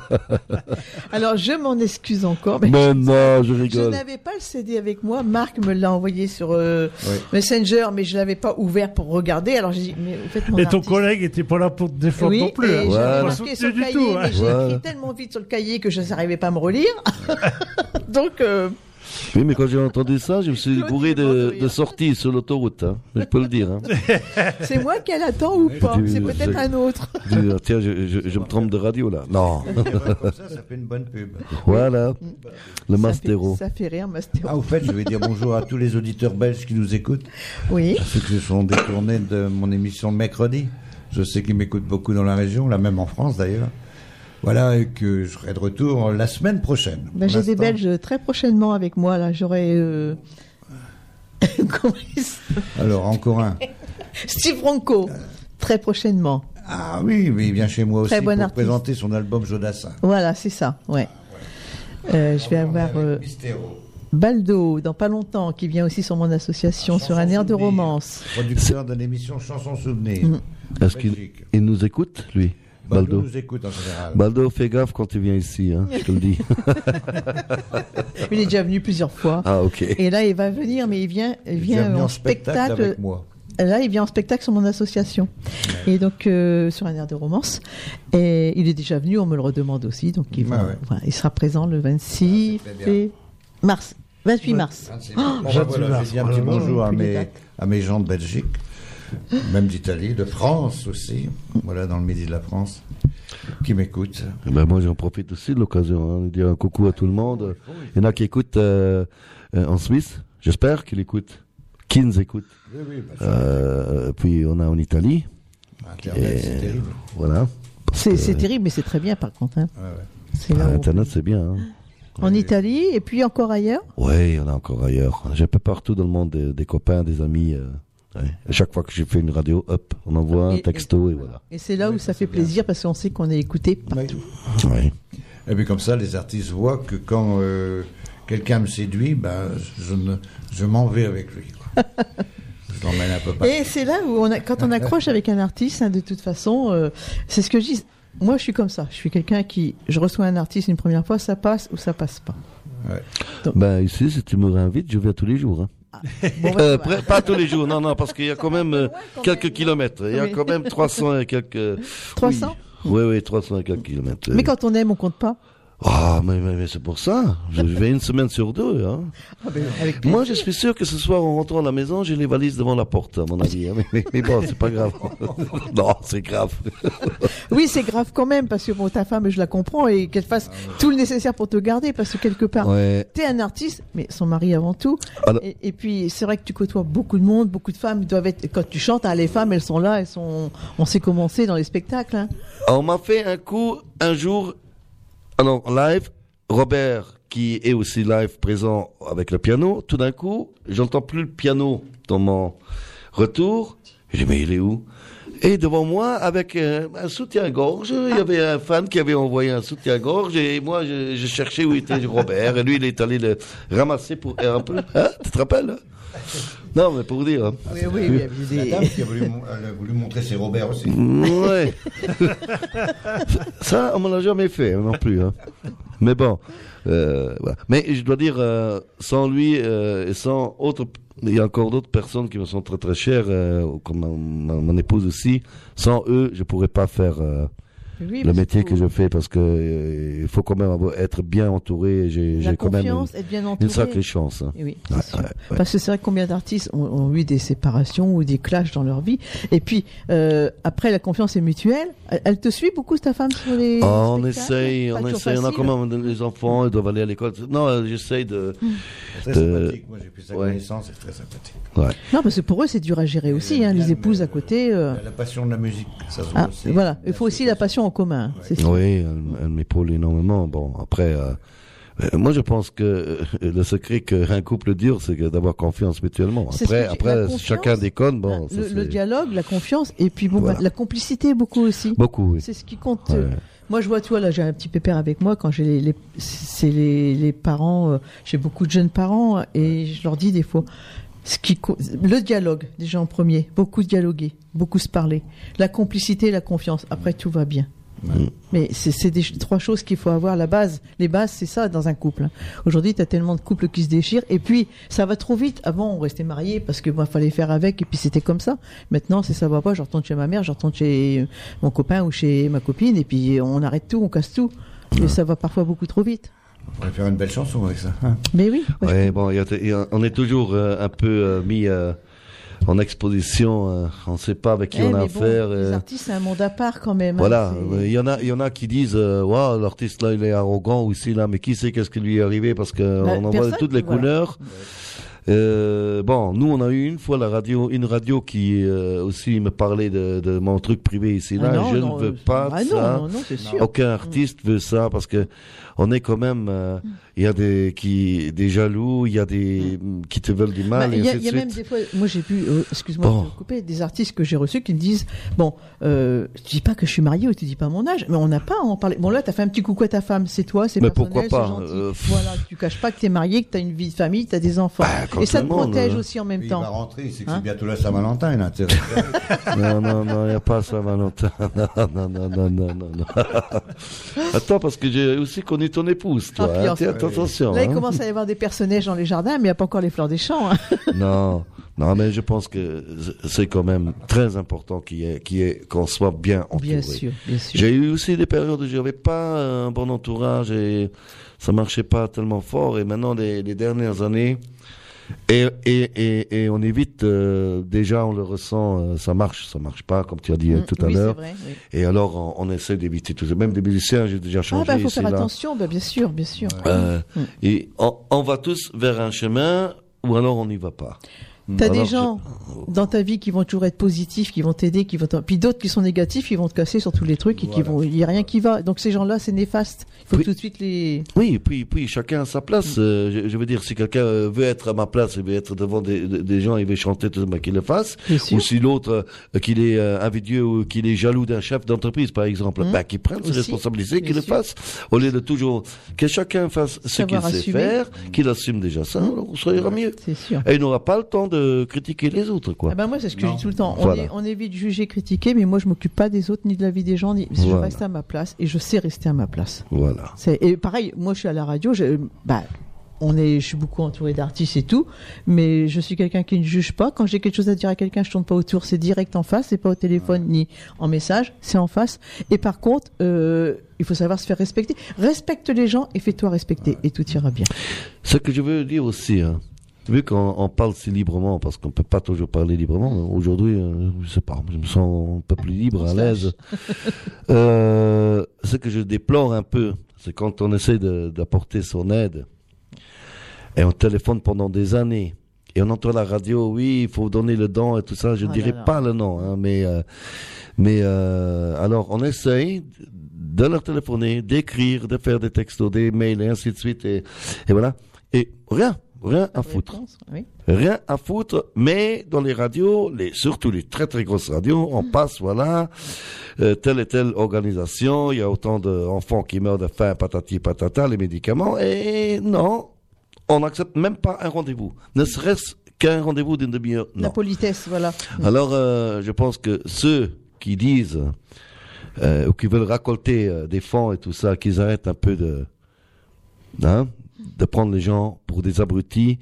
Alors, je m'en excuse encore. Mais non, je Je rigole. n'avais pas le CD avec moi. Marc me l'a envoyé sur Messenger, mais je l'avais pas ouvert pour regarder. Alors j'ai dit, mais vous faites mon Et ton artiste. collègue était pas là pour te défendre Oui, non plus. et hein. j'avais Voilà. marqué Pas sur le soutenu cahier, du tout, hein. mais j'ai Voilà. écrit tellement vite sur le cahier que je n'arrivais pas à me relire. Donc, Oui, mais quand j'ai entendu ça, je me suis Claude, bourré il est mort de de rire. sorties sur l'autoroute. Hein. Je peux le dire. Hein. c'est moi qui l'attends ou pas? du- C'est peut-être je- un autre. Je dis, tiens, je me trompe de radio là. Non. Comme ça fait une bonne pub. Voilà. Le Ça Mastero. fait rire, Mastero. Ah, au fait, je vais dire bonjour à tous les auditeurs belges qui nous écoutent. Oui. Ceux qui se sont détournés de mon émission de mercredi. Je sais qu'ils m'écoutent beaucoup dans la région, là même en France d'ailleurs. Voilà, et que je serai de retour la semaine prochaine. Ben, Pour j'ai des l'instant, Belges très prochainement avec moi. Là, j'aurai comment il s'appelle Alors, encore un. Steve Franco très prochainement. Ah oui, mais il vient chez moi aussi Très bon pour artiste. présenter son album Jodassin. Voilà, c'est ça. Ouais. Je vais avoir Mystero, Baldo dans pas longtemps qui vient aussi sur mon association sur un air de romance. producteur de l'émission Chansons Souvenirs. Mm. Est-ce qu'il Belgique. il nous écoute, lui? Baldo nous écoute en général. Baldo, fais gaffe quand tu viens ici, hein, je te le dis. Il est déjà venu plusieurs fois. Ah, ok. Et là, il va venir, mais il vient en spectacle avec moi. Là, il vient en spectacle sur mon association. Ouais. Et donc, sur un air de romance. Et il est déjà venu, on me le redemande aussi. Donc, voilà, il sera présent le 26 mars. 28 mars. J'ai dit un petit bonjour à mes gens de Belgique, même d'Italie, de France aussi, voilà, dans le midi de la France, qui m'écoutent. Ben moi, j'en profite aussi de l'occasion, de dire un coucou à tout le monde. Il y en a qui écoutent en Suisse, j'espère qu'ils écoutent. Qui nous écoute. Oui, puis on a en Italie. Internet, c'est terrible. Voilà. C'est terrible, mais c'est très bien par contre. Hein. Internet, c'est bien. Hein. En Italie et puis encore ailleurs. Oui, il y en a encore ailleurs. J'ai un peu partout dans le monde des copains, des amis. À chaque fois que j'ai fait une radio, hop, on envoie un texto et voilà. Et c'est là où ça fait plaisir parce qu'on sait qu'on est écouté partout. Oui. Et puis comme ça, les artistes voient que quand quelqu'un me séduit, je m'en vais avec lui. Je l'emmène un peu partout. Et c'est là où quand on accroche avec un artiste, hein, de toute façon, c'est ce que je dis. Moi, je suis comme ça. Je suis quelqu'un je reçois un artiste une première fois, ça passe ou ça passe pas. Ouais. Donc, ici, si tu me réinvites, je viens tous les jours. Hein. Pas tous les jours, non, parce qu'il y a quand même quelques kilomètres. Il y a quand même 300 et quelques... 300 Oui, 300 et quelques kilomètres. Mais quand on aime, on compte pas. Ah, mais c'est pour ça. Je vais une semaine sur deux. Hein. Moi, je suis sûr que ce soir, en rentrant à la maison, j'ai les valises devant la porte, à mon avis. Hein. Mais bon, c'est pas grave. Non, c'est grave. Oui, c'est grave quand même, parce que bon, ta femme, je la comprends, et qu'elle fasse tout le nécessaire pour te garder, parce que quelque part, t'es un artiste, mais son mari avant tout. Et puis, c'est vrai que tu côtoies beaucoup de monde, beaucoup de femmes doivent être. Quand tu chantes, les femmes, elles sont là, on sait comment c'est dans les spectacles. Hein. On m'a fait un coup un jour. Alors, live, Robert, qui est aussi live présent avec le piano, tout d'un coup, j'entends plus le piano dans mon retour. Je dis, mais il est où? Et devant moi, avec un soutien-gorge, il y avait un fan qui avait envoyé un soutien-gorge, et moi, je cherchais où était Robert, et lui, il est allé le ramasser pour un peu. Hein? Tu te rappelles? Hein? Non, mais pour dire. Hein. Oui, la dame qui a voulu montrer ses Robert aussi. Ouais. Ça, on ne me l'a jamais fait non plus. Hein. Mais bon, voilà. Mais je dois dire, sans lui et sans autres, il y a encore d'autres personnes qui me sont très très chères, comme mon épouse aussi. Sans eux, je ne pourrais pas faire le métier que je fais, parce que il faut quand même être bien entouré. J'ai quand même une sacrée chance. Hein. Oui, parce que c'est vrai que combien d'artistes ont eu des séparations ou des clashs dans leur vie. Et puis après, la confiance est mutuelle. Elle te suit beaucoup, ta femme, sur les on essaye. On a quand même les enfants, ils doivent aller à l'école. Non, j'essaye de. C'est très sympathique. Moi, j'ai plus sa connaissance, c'est très sympathique. Ouais. Non, parce que pour eux, c'est dur à gérer aussi. Hein, les épouses à côté. La passion de la musique, ça se voit aussi. Voilà, il faut aussi la passion en commun. C'est sûr. Oui, elle m'épaule énormément. Bon, après, moi je pense que le secret qu'un couple dure, c'est d'avoir confiance mutuellement. Après, chacun déconne. Bon, le dialogue, la confiance, et puis la complicité beaucoup aussi. Beaucoup, oui. C'est ce qui compte. Ouais. Moi, je vois, tu vois, là, j'ai un petit pépère avec moi quand j'ai les parents. J'ai beaucoup de jeunes parents et je leur dis des fois. Le dialogue, déjà en premier, beaucoup dialoguer, beaucoup se parler, la complicité, la confiance, après tout va bien. Mais c'est des trois choses qu'il faut avoir, la base. Les bases, c'est ça dans un couple. Aujourd'hui, tu as tellement de couples qui se déchirent, et puis ça va trop vite. Avant, on restait mariés parce que fallait faire avec, et puis c'était comme ça. Maintenant, ça va pas, je retourne chez ma mère, je retourne chez mon copain ou chez ma copine, et puis on arrête tout, on casse tout. Mais ça va parfois beaucoup trop vite. On pourrait faire une belle chanson avec ça. Hein. Mais oui. Ouais, bon, on est toujours un peu mis en exposition. On ne sait pas avec qui on a affaire. Les artistes, c'est un monde à part quand même. Voilà. Hein, il y en a qui disent, wow, l'artiste là, il est arrogant ou ici là, mais qui sait qu'est-ce qui lui est arrivé, parce que on en voit de toutes les couleurs. Bon, nous on a eu une fois une radio qui aussi me parlait de mon truc privé ici là. Je ne veux pas ça. Non, c'est sûr. Aucun artiste veut ça, parce que on est quand même, il y a des jaloux, il y a des qui te veulent du mal, et ainsi de suite. Il y a même des fois, moi j'ai vu, excuse-moi de te couper, des artistes que j'ai reçus qui me disent, tu dis pas que je suis marié ou tu dis pas mon âge, mais on n'a pas à en parler. Bon là, t'as fait un petit coucou à ta femme, c'est toi, c'est personnel, pourquoi pas, c'est gentil. Voilà, tu caches pas que t'es marié, que t'as une vie de famille, que t'as des enfants. Et ça te tout le monde, protège aussi en même Puis temps. il va rentrer, c'est que c'est bientôt la Saint-Valentin, là. Non, il n'y a pas Saint-Valentin. Non. Attends, parce que j'ai aussi connu ton épouse, toi. Ah, puis Tiens, attention. Là, il commence à y avoir des personnages dans les jardins, mais il n'y a pas encore les fleurs des champs. Hein. Non, mais je pense que c'est quand même très important qu'on soit bien entouré. Bien sûr. J'ai eu aussi des périodes où j'avais pas un bon entourage et ça marchait pas tellement fort. Et maintenant, les dernières années, et on évite, déjà on le ressent, ça marche pas, comme tu as dit tout à l'heure. Vrai, oui. Et alors, on essaie d'éviter tout ça. Même des musiciens, j'ai déjà changé. Il faut faire attention, bien sûr. Et on va tous vers un chemin, ou alors on n'y va pas. T'as des gens dans ta vie qui vont toujours être positifs, qui vont t'aider, puis d'autres qui sont négatifs, qui vont te casser sur tous les trucs et il y a rien qui va. Donc ces gens-là, c'est néfaste. Il faut tout de suite les. Oui, puis chacun a sa place. Je veux dire, si quelqu'un veut être à ma place, il veut être devant des gens, il veut chanter tout ça, qu'il le fasse. Ou si l'autre qu'il est invidieux ou qu'il est jaloux d'un chef d'entreprise, par exemple, qu'il prenne ses responsabilités, qu'il le fasse, au lieu de toujours que chacun fasse ce qu'il sait faire, qu'il assume déjà ça, ça ira mieux. C'est sûr. Et il n'aura pas le temps de critiquer les autres, quoi. Moi, c'est ce que je dis tout le temps. Voilà. On évite de juger, critiquer, mais moi, je m'occupe pas des autres, ni de la vie des gens, ni je reste à ma place, et je sais rester à ma place. Voilà. Et pareil, moi, je suis à la radio, je suis beaucoup entouré d'artistes et tout, mais je suis quelqu'un qui ne juge pas. Quand j'ai quelque chose à dire à quelqu'un, je tourne pas autour, c'est direct en face, c'est pas au téléphone ni en message, c'est en face. Et par contre, il faut savoir se faire respecter. Respecte les gens et fais-toi respecter, et tout ira bien. Ce que je veux dire aussi, vu qu'on parle si librement, parce qu'on peut pas toujours parler librement, aujourd'hui, je sais pas, je me sens un peu plus libre, à l'aise. Ce que je déplore un peu, c'est quand on essaie d'apporter son aide, et on téléphone pendant des années, et on entend la radio, oui, il faut donner le don et tout ça, je dirais pas le nom, mais alors on essaye de leur téléphoner, d'écrire, de faire des textos, des mails, et ainsi de suite, et voilà, et rien à foutre. Rien à foutre, mais dans les radios, surtout les très très grosses radios, on passe, telle et telle organisation, il y a autant d'enfants qui meurent de faim, patati patata, les médicaments, et non, on n'accepte même pas un rendez-vous, ne serait-ce qu'un rendez-vous d'une demi-heure. Non. La politesse, voilà. Alors, je pense que ceux qui disent, ou qui veulent récolter des fonds et tout ça, qu'ils arrêtent un peu de prendre les gens pour des abrutis.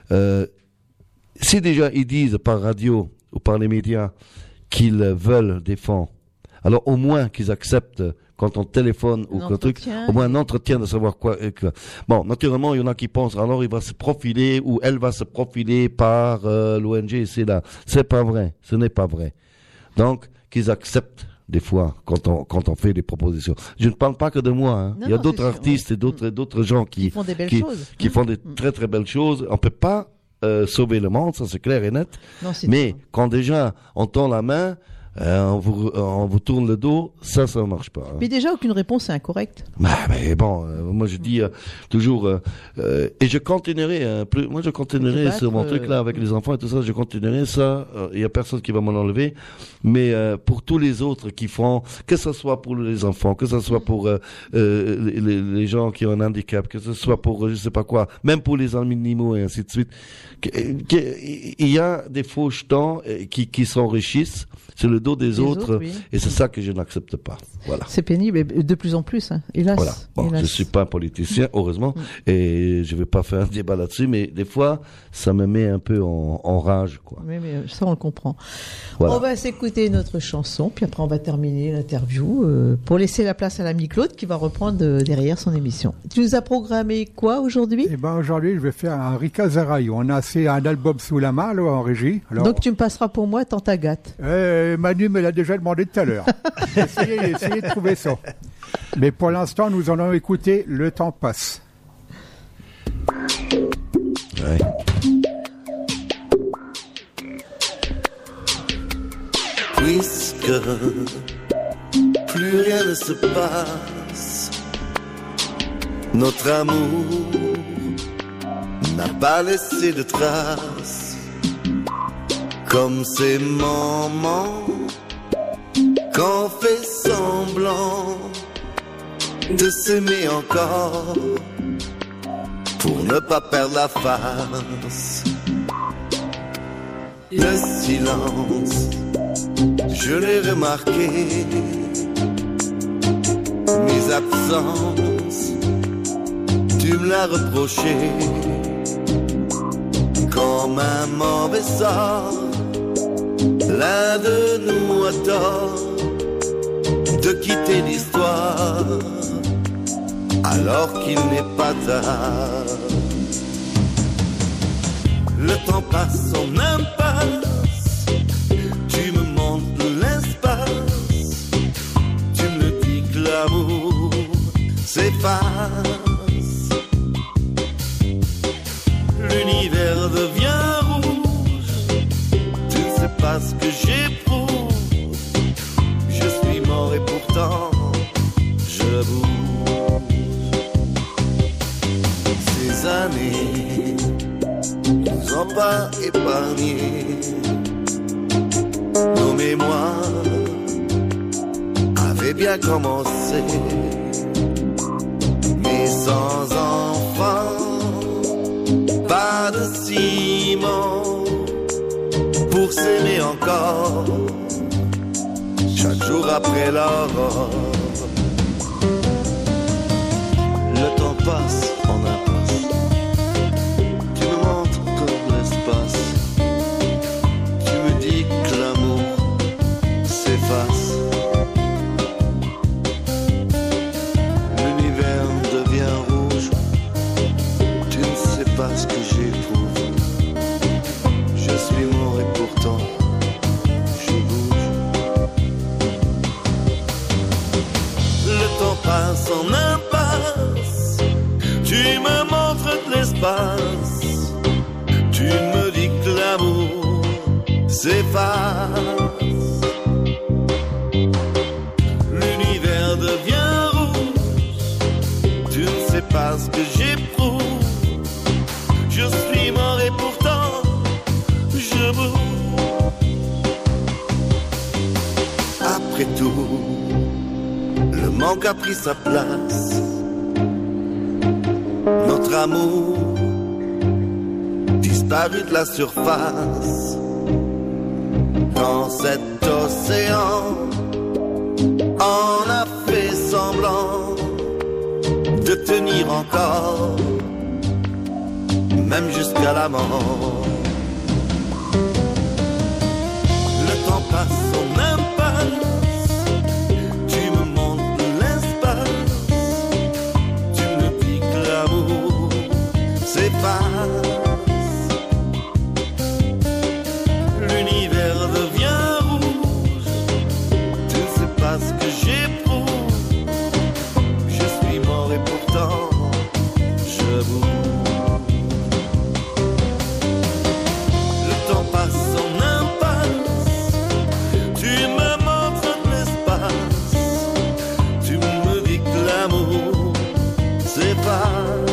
Si déjà ils disent par radio ou par les médias qu'ils veulent des fonds, alors au moins qu'ils acceptent quand on téléphone ou qu'un truc, au moins un entretien de savoir quoi. Bon, naturellement, il y en a qui pensent, alors il va se profiler ou elle va se profiler par l'ONG ici là. C'est pas vrai, ce n'est pas vrai. Donc, qu'ils acceptent des fois, quand on fait des propositions. Je ne parle pas que de moi, il y a d'autres artistes et d'autres gens qui font des belles choses. Qui font des très très belles choses. On peut pas sauver le monde, ça c'est clair et net. Non, mais quand déjà on tend la main, on vous tourne le dos, ça marche pas. Mais déjà, aucune réponse est incorrecte. Mais bon, moi je dis toujours, et je continuerai, moi je continuerai sur mon truc là avec les enfants et tout ça, je continuerai ça, il y a personne qui va m'en enlever, mais pour tous les autres qui font, que ce soit pour les enfants, que ce soit pour les gens qui ont un handicap, que ce soit pour je sais pas quoi, même pour les animaux et ainsi de suite, il y a des faux jetons qui s'enrichissent sur le dos des autres, oui. Et c'est ça que je n'accepte pas. Voilà. C'est pénible, et de plus en plus, hélas. Voilà. Bon, hélas. Je suis pas un politicien, heureusement, et je vais pas faire un débat là-dessus, mais des fois, ça me met un peu en rage, quoi. Oui, mais ça, on le comprend. Voilà. On va s'écouter notre chanson, puis après, on va terminer l'interview pour laisser la place à l'ami Claude qui va reprendre derrière son émission. Tu nous as programmé quoi aujourd'hui ? Eh ben, aujourd'hui, je vais faire un Rika Zaraï. On a fait un album sous la main, là, en régie. Alors... Donc, tu me passeras pour moi, tant Agathe. Manu me l'a déjà demandé tout à l'heure. essayez de trouver ça. Mais pour l'instant, nous allons écouter Le temps passe. Ouais. Puisque plus rien ne se passe, notre amour n'a pas laissé de traces, comme ces moments qu'on fait semblant de s'aimer encore pour ne pas perdre la face. Le silence, je l'ai remarqué. Mes absences, tu me l'as reproché. Comme un mauvais sort, l'un de nous a tort de quitter l'histoire, alors qu'il n'est pas tard. Le temps passe en impasse, tu me montres l'espace, tu me dis que l'amour s'efface. L'univers devient rouge, tu ne sais pas ce que j'éprouve. Je suis mort et pourtant je bouge. Ces années nous ont pas épargné. Nos mémoires avaient bien commencé, mais sans enfant, pas de ciment pour s'aimer encore, chaque jour après l'aurore. Le temps passe en impasse, tu me montres comme l'espace, tu me dis que l'amour s'efface. L'univers devient rouge, tu ne sais pas ce que j'éprouve. Je suis mort et pourtant je bouge. Le temps passe en impasse, tu me montres de l'espace, tu me dis que l'amour s'efface. L'univers devient rouge, tu ne sais pas ce que j'éprouve. Je suis mort et pourtant je bouge. Après tout, le manque a pris sa place. Notre amour disparu de la surface. Dans cet océan, on a fait semblant de tenir encore, même jusqu'à la mort. Le temps passe en impasse, tu me montres l'espace, tu me dis que l'amour s'efface. L'univers devient rouge, tu ne sais pas ce que j'éprouve. Je suis mort et pourtant je bouge. Le temps passe en impasse, tu me montres de l'espace, tu me dis que l'amour s'efface.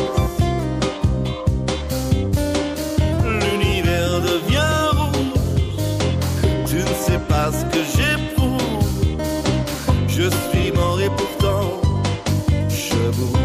L'univers devient rouge, tu ne sais pas ce que j'éprouve. Je suis mort et pourtant je bouge.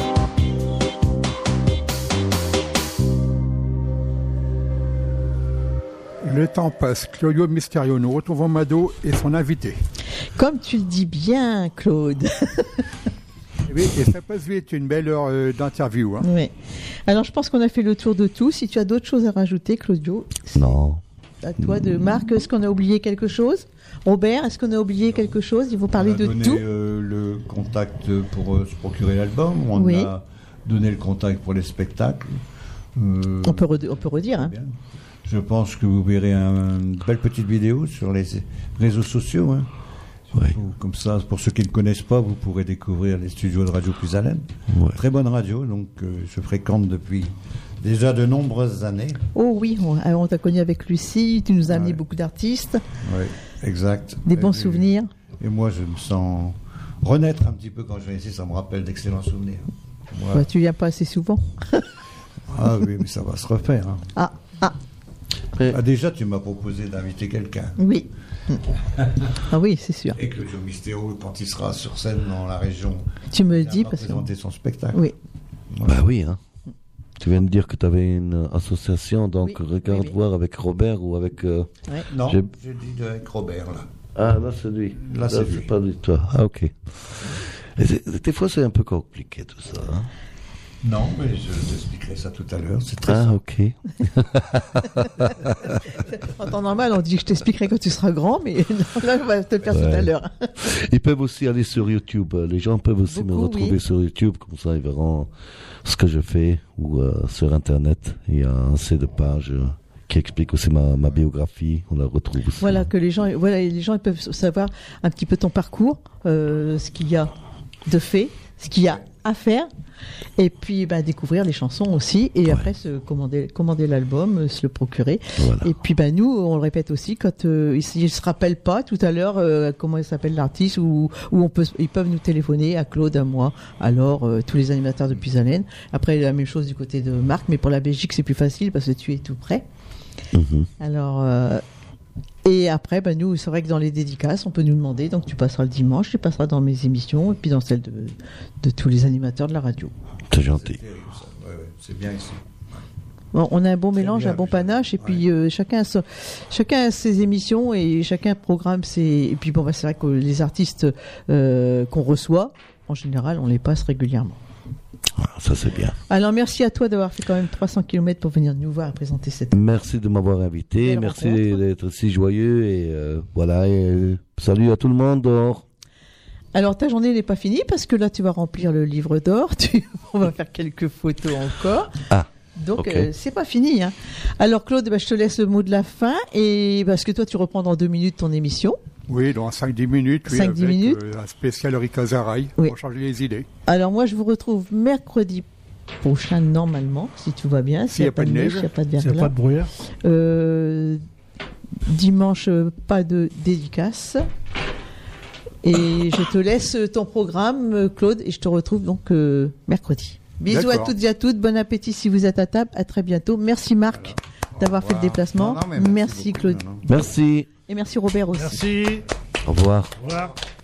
Le temps passe. Claudio Mysterio. Nous retrouvons Mado et son invité. Comme tu le dis bien, Claude. Oui, et ça passe vite, une belle heure d'interview. Hein. Oui. Alors, je pense qu'on a fait le tour de tout. Si tu as d'autres choses à rajouter, Claudio. Non. À toi de Marc, est-ce qu'on a oublié quelque chose? Robert, est-ce qu'on a oublié quelque chose? Il faut parler de tout. Le contact pour se procurer l'album. On Oui. a donné le contact pour les spectacles. On peut redire. Hein. Je pense que vous verrez une belle petite vidéo sur les réseaux sociaux. Hein. Ouais. Comme ça, pour ceux qui ne connaissent pas, vous pourrez découvrir les studios de Radio Puisalène. Ouais. Très bonne radio, donc je fréquente depuis déjà de nombreuses années. Oh oui, on t'a connu avec Lucie, tu nous as amené Ouais. beaucoup d'artistes. Oui, exact. Des bons souvenirs. Et moi, je me sens renaître un petit peu quand je viens ici, ça me rappelle d'excellents souvenirs. Voilà. Bah, tu viens pas assez souvent. Ah oui, mais ça va se refaire. Hein. Ah, déjà, tu m'as proposé d'inviter quelqu'un. Oui. Ah oui, c'est sûr. Et Claudio Mysterio, quand il sera sur scène dans la région, Tu me il dis viendra parce que présenter son spectacle. oui. Voilà. Bah oui, hein. Tu viens de dire que tu avais une association, donc Oui, regarde oui. voir avec Robert ou avec... Non, j'ai- j'ai dit avec Robert, là. Ah, là c'est lui. Là, c'est lui. pas lui, toi. Ah, ok. Des fois c'est un peu compliqué tout ça. Hein. Non, mais je t'expliquerai ça tout à l'heure. C'est très Ah, simple. ok. En temps normal, on dit que je t'expliquerai quand tu seras grand, mais non, là, on va te le faire tout à l'heure. Ils peuvent aussi aller sur YouTube. Les gens peuvent aussi me Beaucoup, retrouver oui. sur YouTube, comme ça ils verront ce que je fais, ou sur Internet. Il y a un C de page qui explique aussi ma biographie. On la retrouve aussi. Voilà, que les gens, les gens ils peuvent savoir un petit peu ton parcours, ce qu'il y a de fait, ce qu'il y a à faire, et puis découvrir les chansons aussi, et après se commander l'album, se le procurer. Voilà. Et puis nous, on le répète aussi, quand ils se rappellent pas tout à l'heure comment il s'appelle l'artiste, ou ils peuvent nous téléphoner à Claude, à moi, alors tous les animateurs de Puisalène. Après la même chose du côté de Marc, mais pour la Belgique c'est plus facile parce que tu es tout près. Mhm. Alors, et après, nous, c'est vrai que dans les dédicaces, on peut nous demander, donc tu passeras le dimanche, tu passeras dans mes émissions, et puis dans celles de tous les animateurs de la radio. C'est gentil. C'est terrible, ça. Ouais, c'est bien ici. Bon, on a un bon mélange, bien, un bon bien. panache, et puis chacun a ses émissions, et chacun programme ses... Et puis c'est vrai que les artistes qu'on reçoit, en général, on les passe régulièrement. Voilà, ça c'est bien. Alors merci à toi d'avoir fait quand même 300 km pour venir nous voir et présenter cette... Merci de m'avoir invité. Belle Merci rencontre. d'être si joyeux. Et voilà. Et, salut à tout le monde dehors. Alors ta journée n'est pas finie parce que là tu vas remplir le livre d'or, on va faire quelques photos encore. Ah. Donc Ok. c'est pas fini. Hein. Alors Claude, je te laisse le mot de la fin et parce que toi tu reprends dans 2 minutes ton émission. Oui, dans 5-10 minutes, oui, 5-10 avec minutes. Un spécial Rika Zaraï Oui. pour changer les idées. Alors moi je vous retrouve mercredi prochain normalement, si tout va bien, s'il n'y a pas de neige, s'il n'y a pas de S'il n'y a verglas. pas de brouillard. Dimanche, pas de dédicace. Et je te laisse ton programme, Claude, et je te retrouve donc mercredi. Bisous à D'accord. toutes et à toutes, bon appétit si vous êtes à table, à très bientôt. Merci Marc d'avoir fait le déplacement. Non, non, mais merci Merci beaucoup. Claude. Non, non. Merci. Et merci Robert aussi. Merci. Au revoir. Au revoir.